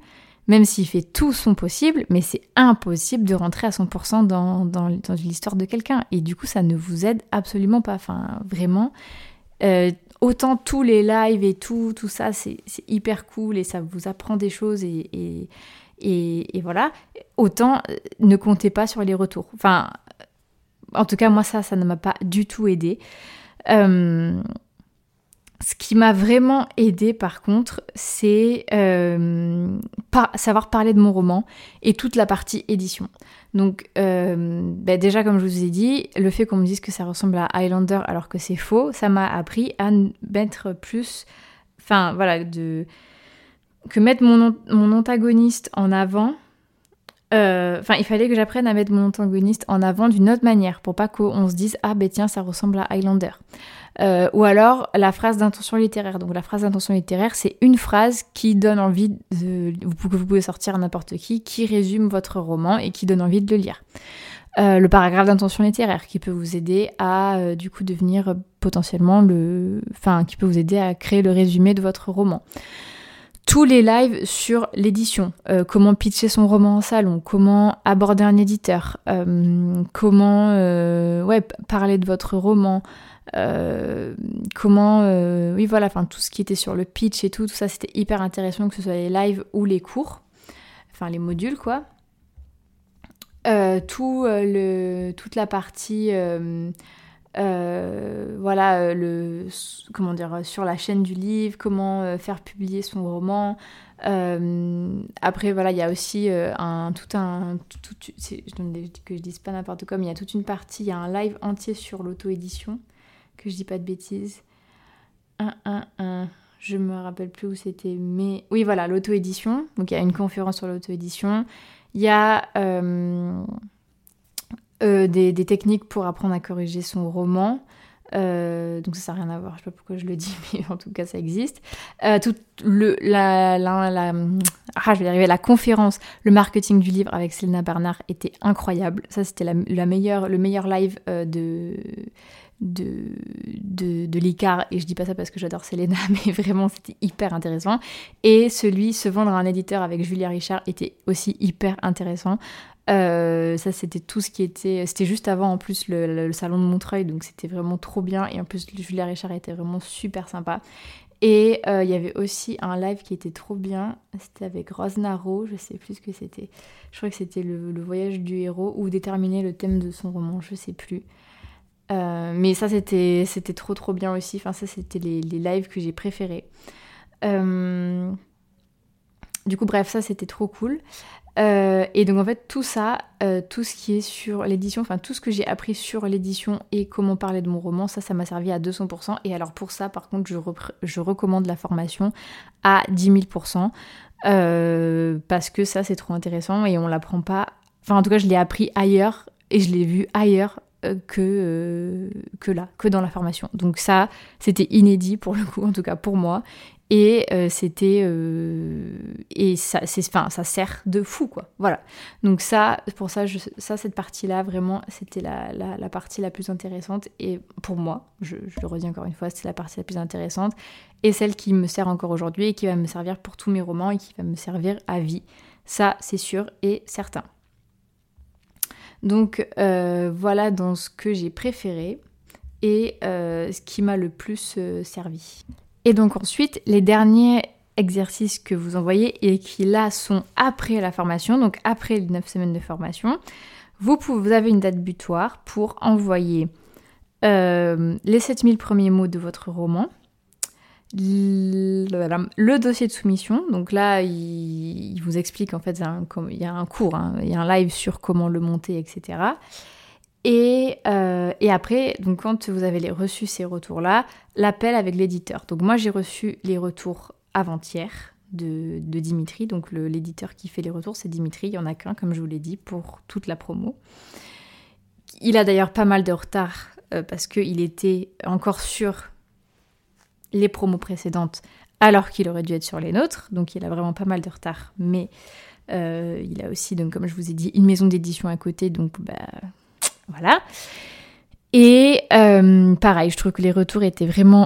même s'il fait tout son possible, mais c'est impossible de rentrer à cent pour cent dans, dans, dans l'histoire de quelqu'un. Et du coup, ça ne vous aide absolument pas. Enfin, vraiment, euh, autant tous les lives et tout, tout ça, c'est, c'est hyper cool et ça vous apprend des choses et, et, et, et voilà. Autant, euh, ne comptez pas sur les retours. Enfin, en tout cas, moi, ça, ça ne m'a pas du tout aidé. Euh, ce qui m'a vraiment aidé par contre, c'est euh, par, savoir parler de mon roman et toute la partie édition. Donc euh, bah déjà comme je vous ai dit, le fait qu'on me dise que ça ressemble à Highlander alors que c'est faux, ça m'a appris à mettre plus, enfin voilà, de, que mettre mon, mon antagoniste en avant. Enfin, euh, il fallait que j'apprenne à mettre mon antagoniste en avant d'une autre manière pour pas qu'on se dise « Ah, ben tiens, ça ressemble à Highlander euh, ». Ou alors, la phrase d'intention littéraire. Donc, la phrase d'intention littéraire, c'est une phrase qui donne envie, de, que vous pouvez sortir à n'importe qui, qui résume votre roman et qui donne envie de le lire. Euh, le paragraphe d'intention littéraire qui peut vous aider à, euh, du coup, devenir euh, potentiellement le... Enfin, qui peut vous aider à créer le résumé de votre roman. Tous les lives sur l'édition, euh, comment pitcher son roman en salon, comment aborder un éditeur, euh, comment euh, ouais, parler de votre roman, euh, comment... Euh, oui, voilà, enfin tout ce qui était sur le pitch et tout, tout ça, c'était hyper intéressant, que ce soit les lives ou les cours, enfin les modules, quoi. Euh, tout, euh, le, toute la partie... Euh, Euh, voilà, le, comment dire, sur la chaîne du livre, comment euh, faire publier son roman. Euh, après, voilà, il y a aussi euh, un, tout un... Tout, tout, c'est, que je dise pas n'importe quoi, mais il y a toute une partie, il y a un live entier sur l'auto-édition, que je dis pas de bêtises. Un, un, un, je me rappelle plus où c'était, mais... Oui, voilà, l'auto-édition. Donc, il y a une conférence sur l'auto-édition. Il y a... Euh, Euh, des, des techniques pour apprendre à corriger son roman. Euh, donc ça n'a rien à voir, je ne sais pas pourquoi je le dis, mais en tout cas ça existe. Euh, tout le, la, la, la, ah, je vais y arriver, la conférence, le marketing du livre avec Selena Bernard était incroyable. Ça c'était la, la meilleure, le meilleur live euh, de, de, de, de l'Icar, et je dis pas ça parce que j'adore Selena, mais vraiment c'était hyper intéressant. Et celui, se vendre à un éditeur avec Julia Richard, était aussi hyper intéressant. Euh, ça c'était tout ce qui était, c'était juste avant en plus le, le, le salon de Montreuil, donc c'était vraiment trop bien, et en plus Julia Richard était vraiment super sympa. Et il euh, y avait aussi un live qui était trop bien, c'était avec Rose Naro, je sais plus ce que c'était, je crois que c'était le, le voyage du héros ou déterminer le thème de son roman, je sais plus. Euh, mais ça c'était, c'était trop trop bien aussi, enfin ça c'était les, les lives que j'ai préférés. Euh... Du coup bref, ça c'était trop cool. Euh, et donc en fait tout ça, euh, tout ce qui est sur l'édition, enfin tout ce que j'ai appris sur l'édition et comment parler de mon roman, ça ça m'a servi à deux cents pour cent. Et alors pour ça par contre je, repre- je recommande la formation à dix mille pour cent euh, parce que ça c'est trop intéressant et on l'apprend pas, enfin en tout cas je l'ai appris ailleurs et je l'ai vu ailleurs euh, que, euh, que là, que dans la formation. Donc ça c'était inédit pour le coup, en tout cas pour moi. Et euh, c'était euh, et ça c'est enfin ça sert de fou quoi, voilà. Donc ça pour ça je, ça cette partie là vraiment c'était la, la la partie la plus intéressante, et pour moi je, je le redis encore une fois, c'est la partie la plus intéressante et celle qui me sert encore aujourd'hui et qui va me servir pour tous mes romans et qui va me servir à vie, ça c'est sûr et certain. Donc euh, voilà dans ce que j'ai préféré et euh, ce qui m'a le plus euh, servi. Et donc ensuite, les derniers exercices que vous envoyez et qui là sont après la formation, donc après les neuf semaines de formation, vous, pouvez, vous avez une date butoir pour envoyer euh, les sept mille premiers mots de votre roman, le, le dossier de soumission, donc là il, il vous explique en fait, un, il y a un cours, hein, il y a un live sur comment le monter, et cetera. Et, euh, et après, donc quand vous avez les reçu ces retours-là, l'appel avec l'éditeur. Donc moi, j'ai reçu les retours avant-hier de, de Dimitri. Donc le, l'éditeur qui fait les retours, c'est Dimitri. Il n'y en a qu'un, comme je vous l'ai dit, pour toute la promo. Il a d'ailleurs pas mal de retard euh, parce qu'il était encore sur les promos précédentes alors qu'il aurait dû être sur les nôtres. Donc il a vraiment pas mal de retard. Mais euh, il a aussi, donc, comme je vous ai dit, une maison d'édition à côté. Donc... bah voilà. Et euh, pareil, je trouve que les retours étaient vraiment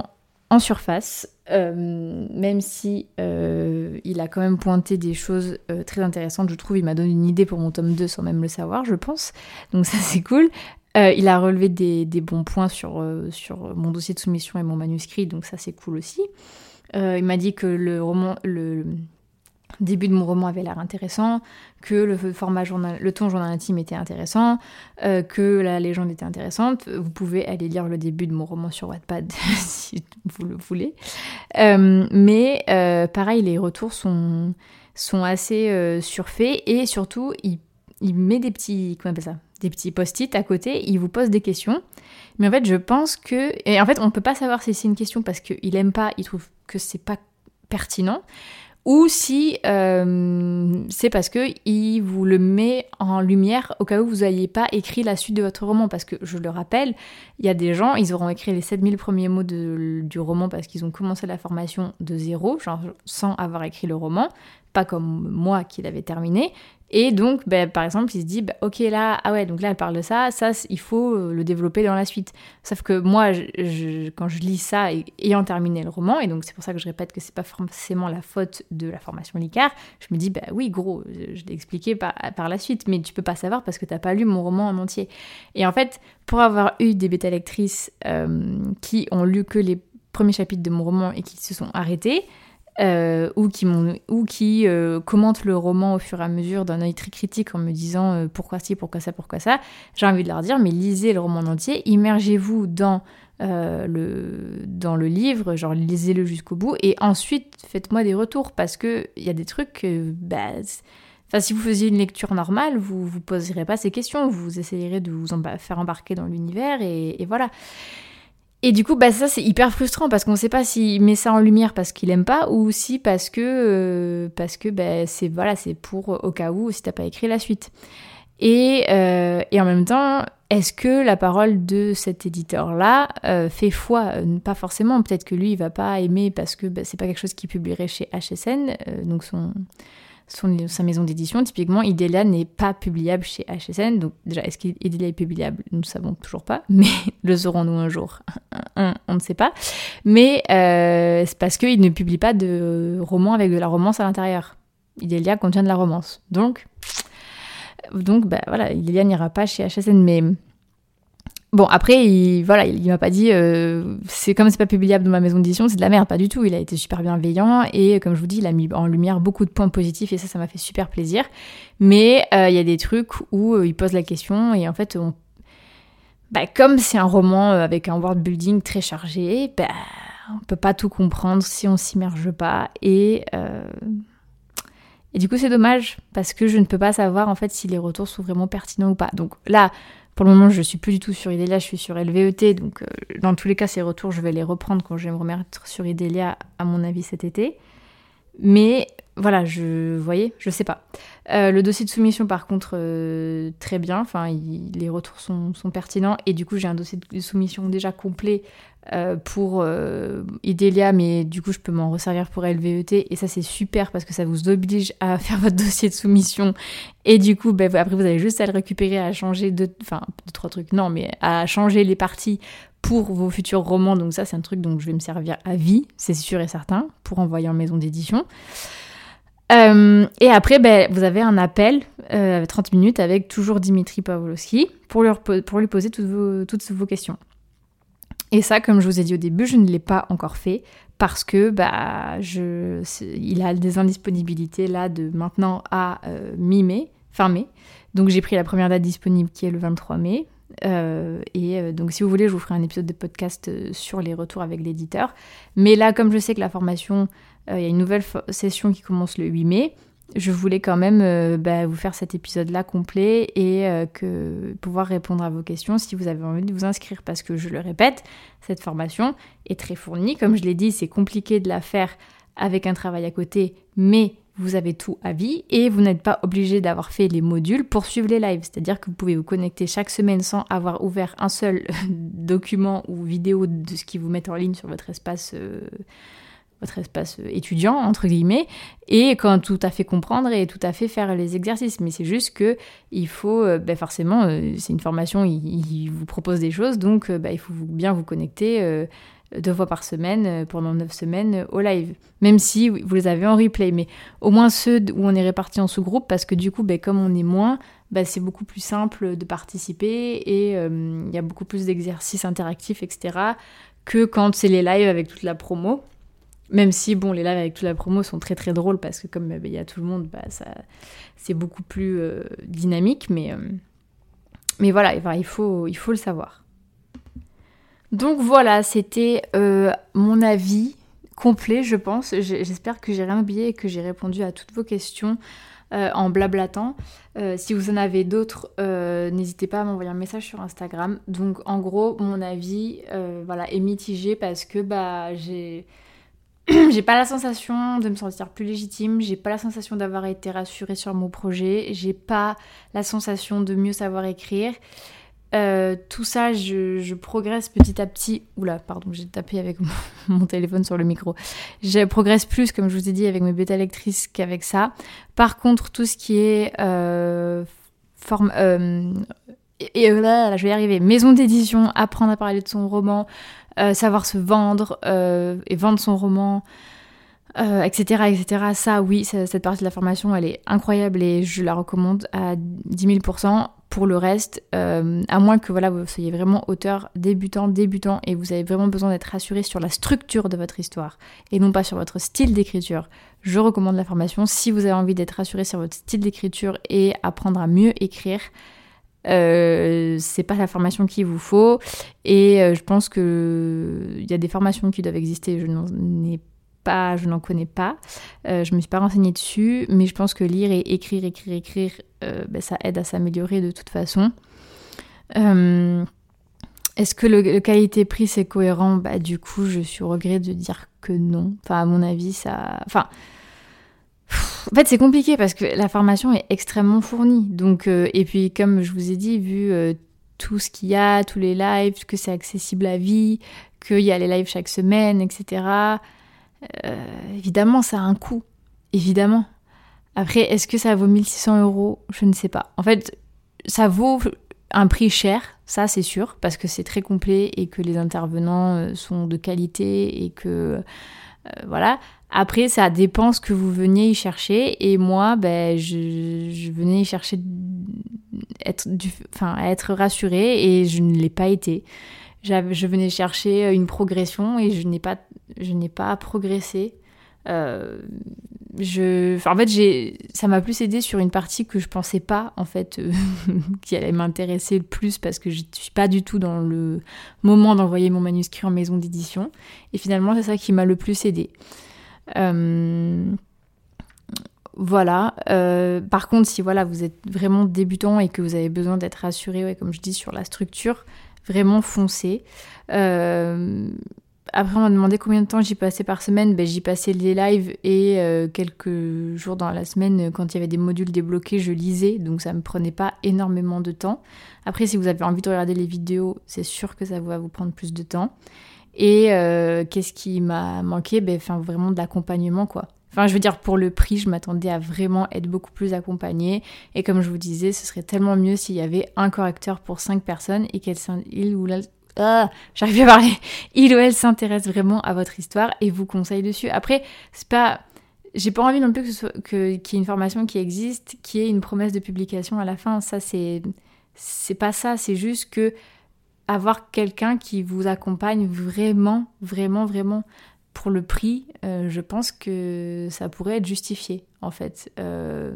en surface, euh, même si euh, il a quand même pointé des choses euh, très intéressantes, je trouve. Il m'a donné une idée pour mon tome deux sans même le savoir, je pense. Donc ça, c'est cool. Euh, il a relevé des, des bons points sur, euh, sur mon dossier de soumission et mon manuscrit, donc ça, c'est cool aussi. Euh, il m'a dit que le roman... Le, Le début de mon roman avait l'air intéressant, que le format journal, le ton journal intime était intéressant, euh, que la légende était intéressante. Vous pouvez aller lire le début de mon roman sur Wattpad si vous le voulez. Euh, mais euh, pareil, les retours sont, sont assez euh, surfaits et surtout, il, il met des petits, comment on appelle ça, des petits post-it à côté, il vous pose des questions. Mais en fait, je pense que... Et en fait, on ne peut pas savoir si c'est une question parce qu'il aime pas, il trouve que c'est pas pertinent, ou si euh, c'est parce qu'il vous le met en lumière au cas où vous n'ayez pas écrit la suite de votre roman. Parce que, je le rappelle, il y a des gens, ils auront écrit les sept mille premiers mots de, du roman parce qu'ils ont commencé la formation de zéro, genre sans avoir écrit le roman, pas comme moi qui l'avais terminé. Et donc, bah, par exemple, il se dit, bah, ok, là, ah ouais, donc là, elle parle de ça, ça, il faut le développer dans la suite. Sauf que moi, je, je, quand je lis ça, et, ayant terminé le roman, et donc c'est pour ça que je répète que c'est pas forcément la faute de la formation Licard, je me dis, bah oui, gros, je, je l'ai expliqué par, par la suite, mais tu peux pas savoir parce que t'as pas lu mon roman en entier. Et en fait, pour avoir eu des bêta-lectrices euh, qui ont lu que les premiers chapitres de mon roman et qui se sont arrêtées, Euh, ou qui, m'ont, ou qui euh, commentent le roman au fur et à mesure d'un œil très critique en me disant euh, pourquoi ci, pourquoi ça, pourquoi ça, j'ai envie de leur dire, mais lisez le roman en entier, immergez-vous dans, euh, le, dans le livre, genre lisez-le jusqu'au bout, et ensuite faites-moi des retours, parce qu'il y a des trucs, euh, bah, enfin, si vous faisiez une lecture normale, vous ne vous poserez pas ces questions, vous essayerez de vous emba- faire embarquer dans l'univers, et, et voilà. Et du coup, bah ça, c'est hyper frustrant parce qu'on ne sait pas s'il met ça en lumière parce qu'il aime pas ou si parce que, euh, parce que bah, c'est, voilà, c'est pour au cas où si t'as pas écrit la suite. Et, euh, et en même temps, est-ce que la parole de cet éditeur-là euh, fait foi ? Pas forcément. Peut-être que lui, il va pas aimer parce que bah, c'est pas quelque chose qu'il publierait chez H S N, euh, donc son... Son, sa maison d'édition. Typiquement, Idélia n'est pas publiable chez H S N. Donc déjà, est-ce qu'Idélia est publiable ? Nous ne savons toujours pas, mais le saurons-nous un jour ? on, on ne sait pas. Mais euh, c'est parce qu'il ne publie pas de romans avec de la romance à l'intérieur. Idélia contient de la romance. Donc, donc bah, voilà, Idélia n'ira pas chez H S N, mais... Bon, après, il, voilà, il, il m'a pas dit, euh, c'est comme c'est pas publiable dans ma maison d'édition, c'est de la merde, pas du tout. Il a été super bienveillant et, comme je vous dis, il a mis en lumière beaucoup de points positifs et ça, ça m'a fait super plaisir. Mais il euh, y a des trucs où euh, il pose la question et en fait, on... bah, comme c'est un roman avec un world building très chargé, bah, on peut pas tout comprendre si on s'immerge pas et... Euh... Et du coup, c'est dommage parce que je ne peux pas savoir en fait si les retours sont vraiment pertinents ou pas. Donc là, pour le moment, je suis plus du tout sur Idélia, je suis sur L V E T. Donc euh, dans tous les cas, ces retours, je vais les reprendre quand je vais me remettre sur Idélia, à mon avis, cet été. Mais voilà, je, vous voyez, je sais pas. Euh, le dossier de soumission, par contre, euh, très bien. Enfin, il, les retours sont, sont pertinents. Et du coup, j'ai un dossier de soumission déjà complet euh, pour euh, Idélia, mais du coup, je peux m'en resservir pour L V E T. Et ça, c'est super parce que ça vous oblige à faire votre dossier de soumission. Et du coup, ben, après, vous avez juste à le récupérer, à changer deux, enfin, deux, trois trucs, non, mais à changer les parties pour vos futurs romans. Donc ça, c'est un truc dont je vais me servir à vie, c'est sûr et certain, pour envoyer en maison d'édition. Euh, et après, ben, vous avez un appel, euh, trente minutes, avec toujours Dimitri Pawlowski, pour lui, pour lui poser toutes vos, toutes vos questions. Et ça, comme je vous ai dit au début, je ne l'ai pas encore fait, parce que bah, je, il a des indisponibilités là de maintenant à euh, mi-mai, fin mai. Donc j'ai pris la première date disponible qui est le vingt-trois mai. Euh, et euh, donc si vous voulez, je vous ferai un épisode de podcast euh, sur les retours avec l'éditeur. Mais là, comme je sais que la formation, il euh, y a une nouvelle fo- session qui commence le huit mai, je voulais quand même euh, bah, vous faire cet épisode-là complet et euh, que, pouvoir répondre à vos questions si vous avez envie de vous inscrire. Parce que je le répète, cette formation est très fournie. Comme je l'ai dit, c'est compliqué de la faire avec un travail à côté, mais vous avez tout à vie et vous n'êtes pas obligé d'avoir fait les modules pour suivre les lives. C'est-à-dire que vous pouvez vous connecter chaque semaine sans avoir ouvert un seul document ou vidéo de ce qu'ils vous mettent en ligne sur votre espace, euh, votre espace étudiant, entre guillemets, et quand tout à fait comprendre et tout à fait faire les exercices. Mais c'est juste que il faut, euh, ben forcément, euh, c'est une formation, il, il vous propose des choses, donc euh, ben, il faut bien vous connecter euh, deux fois par semaine euh, pendant neuf semaines euh, au live. Même si vous les avez en replay, mais au moins ceux où on est répartis en sous-groupe, parce que du coup, bah, comme on est moins, bah, c'est beaucoup plus simple de participer et il euh, y a beaucoup plus d'exercices interactifs, et cetera, que quand c'est les lives avec toute la promo. Même si, bon, les lives avec toute la promo sont très très drôles parce que comme il y a tout le monde, bah, ça, c'est beaucoup plus euh, dynamique. Mais, euh, mais voilà, enfin, il, faut, il faut le savoir. Donc voilà, c'était euh, mon avis complet, je pense. J'espère que j'ai rien oublié et que j'ai répondu à toutes vos questions euh, en blablatant. Euh, si vous en avez d'autres, euh, n'hésitez pas à m'envoyer un message sur Instagram. Donc en gros, mon avis euh, voilà, est mitigé parce que bah, j'ai... j'ai pas la sensation de me sentir plus légitime, j'ai pas la sensation d'avoir été rassurée sur mon projet, j'ai pas la sensation de mieux savoir écrire. Euh, tout ça, je, je progresse petit à petit. Oula, pardon, j'ai tapé avec mon, mon téléphone sur le micro. Je progresse plus, comme je vous ai dit, avec mes bêta lectrices qu'avec ça. Par contre, tout ce qui est euh, forme... Euh, et, et là, je vais y arriver. Maison d'édition, apprendre à parler de son roman... Euh, savoir se vendre euh, et vendre son roman, euh, et cetera, et cetera. Ça, oui, ça, cette partie de la formation, elle est incroyable et je la recommande à dix mille pour cent. Pour le reste, euh, à moins que voilà, vous soyez vraiment auteur débutant, débutant et vous avez vraiment besoin d'être rassuré sur la structure de votre histoire et non pas sur votre style d'écriture, je recommande la formation. Si vous avez envie d'être rassuré sur votre style d'écriture et apprendre à mieux écrire, Euh, c'est pas la formation qu'il vous faut et euh, je pense que il y a des formations qui doivent exister, je n'en ai pas, je n'en connais pas, euh, je me suis pas renseignée dessus, mais je pense que lire et écrire, écrire, écrire, euh, ben, ça aide à s'améliorer de toute façon. Euh, est-ce que le, le qualité-prix c'est cohérent? Bah du coup je suis au regret de dire que non, enfin à mon avis ça, enfin en fait, c'est compliqué parce que la formation est extrêmement fournie. Donc, euh, et puis, comme je vous ai dit, vu euh, tout ce qu'il y a, tous les lives, que c'est accessible à vie, qu'il y a les lives chaque semaine, et cetera, euh, évidemment, ça a un coût. Évidemment. Après, est-ce que ça vaut mille six cents euros? Je ne sais pas. En fait, ça vaut un prix cher, ça c'est sûr, parce que c'est très complet et que les intervenants sont de qualité et que... Euh, voilà. Après, ça dépend ce que vous veniez y chercher. Et moi, ben, je, je venais y chercher être, du, enfin, à être rassurée et je ne l'ai pas été. J'avais, je venais chercher une progression et je n'ai pas, je n'ai pas progressé. Euh, je, enfin, en fait, j'ai, ça m'a plus aidé sur une partie que je pensais pas, en fait, euh, qui allait m'intéresser le plus parce que je suis pas du tout dans le moment d'envoyer mon manuscrit en maison d'édition. Et finalement, c'est ça qui m'a le plus aidé. Euh, voilà. Euh, par contre, si voilà, vous êtes vraiment débutant et que vous avez besoin d'être rassuré, ouais, comme je dis, sur la structure, vraiment foncez. Euh, après, on m'a demandé combien de temps j'y passais par semaine. Ben, j'y passais les lives et euh, quelques jours dans la semaine, quand il y avait des modules débloqués, je lisais, donc ça me prenait pas énormément de temps. Après, si vous avez envie de regarder les vidéos, c'est sûr que ça va vous prendre plus de temps. Et euh, qu'est-ce qui m'a manqué? Ben, enfin, vraiment de l'accompagnement, quoi. Enfin, je veux dire, pour le prix, je m'attendais à vraiment être beaucoup plus accompagnée. Et comme je vous disais, ce serait tellement mieux s'il y avait un correcteur pour cinq personnes et qu'il ou là, ah, j'arrive plus à parler, il ou elle s'intéresse vraiment à votre histoire et vous conseille dessus. Après, c'est pas... J'ai pas envie non plus que ce soit, que, qu'il y ait une formation qui existe, qui ait une promesse de publication à la fin. Ça, c'est... C'est pas ça, c'est juste que avoir quelqu'un qui vous accompagne vraiment, vraiment, vraiment pour le prix, euh, je pense que ça pourrait être justifié, en fait. Euh...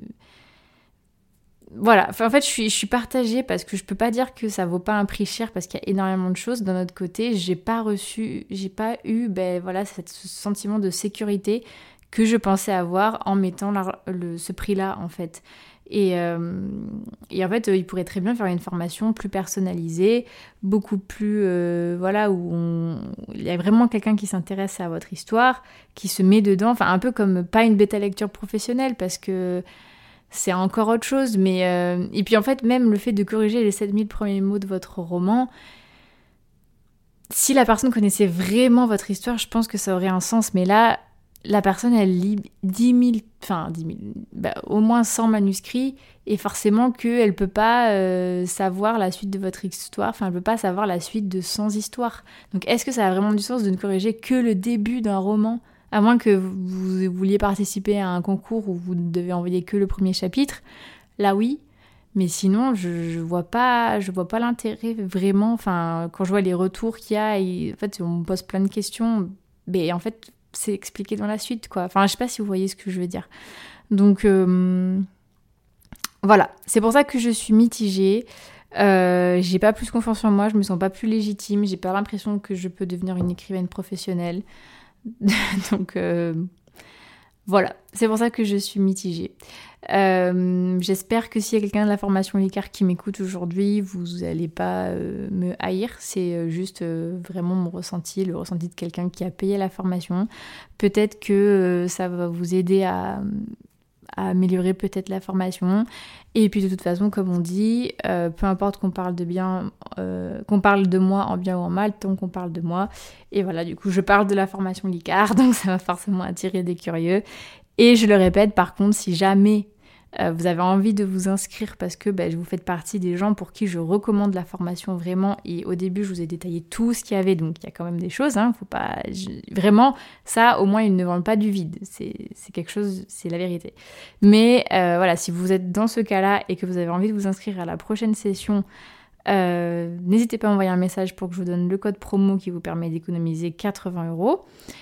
Voilà, enfin, en fait, je suis, je suis partagée parce que je peux pas dire que ça vaut pas un prix cher parce qu'il y a énormément de choses. D'un autre côté, j'ai pas reçu, j'ai pas eu, ben voilà, cette, ce sentiment de sécurité que je pensais avoir en mettant la, le, ce prix-là, en fait. Et, euh, et en fait, euh, il pourrait très bien faire une formation plus personnalisée, beaucoup plus, euh, voilà, où on, il y a vraiment quelqu'un qui s'intéresse à votre histoire, qui se met dedans, enfin un peu comme, pas une bêta lecture professionnelle, parce que c'est encore autre chose, mais... Euh, et puis en fait, même le fait de corriger les sept mille premiers mots de votre roman, si la personne connaissait vraiment votre histoire, je pense que ça aurait un sens, mais là... la personne, elle lit dix mille, enfin dix mille, bah, au moins cent manuscrits, et forcément qu'elle ne peut pas euh, savoir la suite de votre histoire, enfin elle ne peut pas savoir la suite de cent histoires. Donc est-ce que ça a vraiment du sens de ne corriger que le début d'un roman, à moins que vous, vous vouliez participer à un concours où vous ne devez envoyer que le premier chapitre? Là oui, mais sinon je, je vois pas, je vois pas l'intérêt vraiment. Enfin, quand je vois les retours qu'il y a, et, en fait on me pose plein de questions, mais en fait c'est expliqué dans la suite, quoi. Enfin, je sais pas si vous voyez ce que je veux dire. Donc, euh, voilà. C'est pour ça que je suis mitigée. Euh, j'ai pas plus confiance en moi, je me sens pas plus légitime, j'ai pas l'impression que je peux devenir une écrivaine professionnelle. Donc, euh, voilà. C'est pour ça que je suis mitigée. Euh, j'espère que s'il y a quelqu'un de la formation Licard qui m'écoute aujourd'hui, vous n'allez pas euh, me haïr. C'est euh, juste euh, vraiment mon ressenti, le ressenti de quelqu'un qui a payé la formation. Peut-être que euh, ça va vous aider à, à améliorer peut-être la formation. Et puis de toute façon, comme on dit, euh, peu importe qu'on parle de bien, euh, qu'on parle de moi en bien ou en mal, tant qu'on parle de moi. Et voilà, du coup, je parle de la formation Licard, donc ça va forcément attirer des curieux. Et je le répète, par contre, si jamais euh, vous avez envie de vous inscrire parce que bah, vous faites partie des gens pour qui je recommande la formation vraiment, et au début je vous ai détaillé tout ce qu'il y avait, donc il y a quand même des choses, hein, faut pas... Je... vraiment, ça au moins ils ne vendent pas du vide, c'est, c'est quelque chose, c'est la vérité. Mais euh, voilà, si vous êtes dans ce cas-là et que vous avez envie de vous inscrire à la prochaine session, euh, n'hésitez pas à m'envoyer un message pour que je vous donne le code promo qui vous permet d'économiser quatre-vingts euros.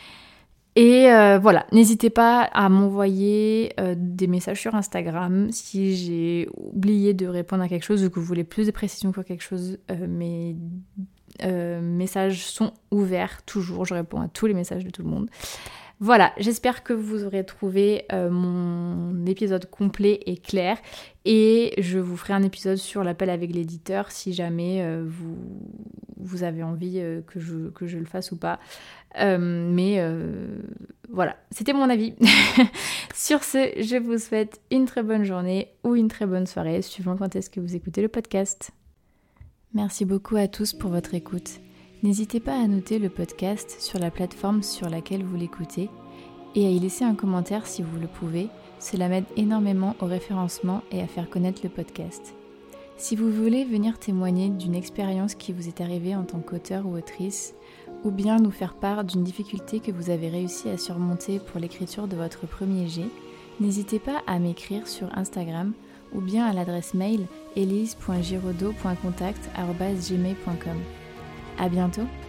Et euh, voilà, n'hésitez pas à m'envoyer euh, des messages sur Instagram si j'ai oublié de répondre à quelque chose ou que vous voulez plus de précisions sur quelque chose. Euh, mes euh, messages sont ouverts toujours, je réponds à tous les messages de tout le monde. Voilà, j'espère que vous aurez trouvé euh, mon épisode complet et clair, et je vous ferai un épisode sur l'appel avec l'éditeur si jamais euh, vous, vous avez envie euh, que, je, que je le fasse ou pas. Euh, mais euh, voilà, c'était mon avis. Sur ce, je vous souhaite une très bonne journée ou une très bonne soirée, suivant quand est-ce que vous écoutez le podcast. Merci beaucoup à tous pour votre écoute. N'hésitez pas à noter le podcast sur la plateforme sur laquelle vous l'écoutez et à y laisser un commentaire si vous le pouvez. Cela m'aide énormément au référencement et à faire connaître le podcast. Si vous voulez venir témoigner d'une expérience qui vous est arrivée en tant qu'auteur ou autrice, ou bien nous faire part d'une difficulté que vous avez réussi à surmonter pour l'écriture de votre premier jet, n'hésitez pas à m'écrire sur Instagram ou bien à l'adresse mail elise point giraudot point contact arobase gmail point com. À bientôt!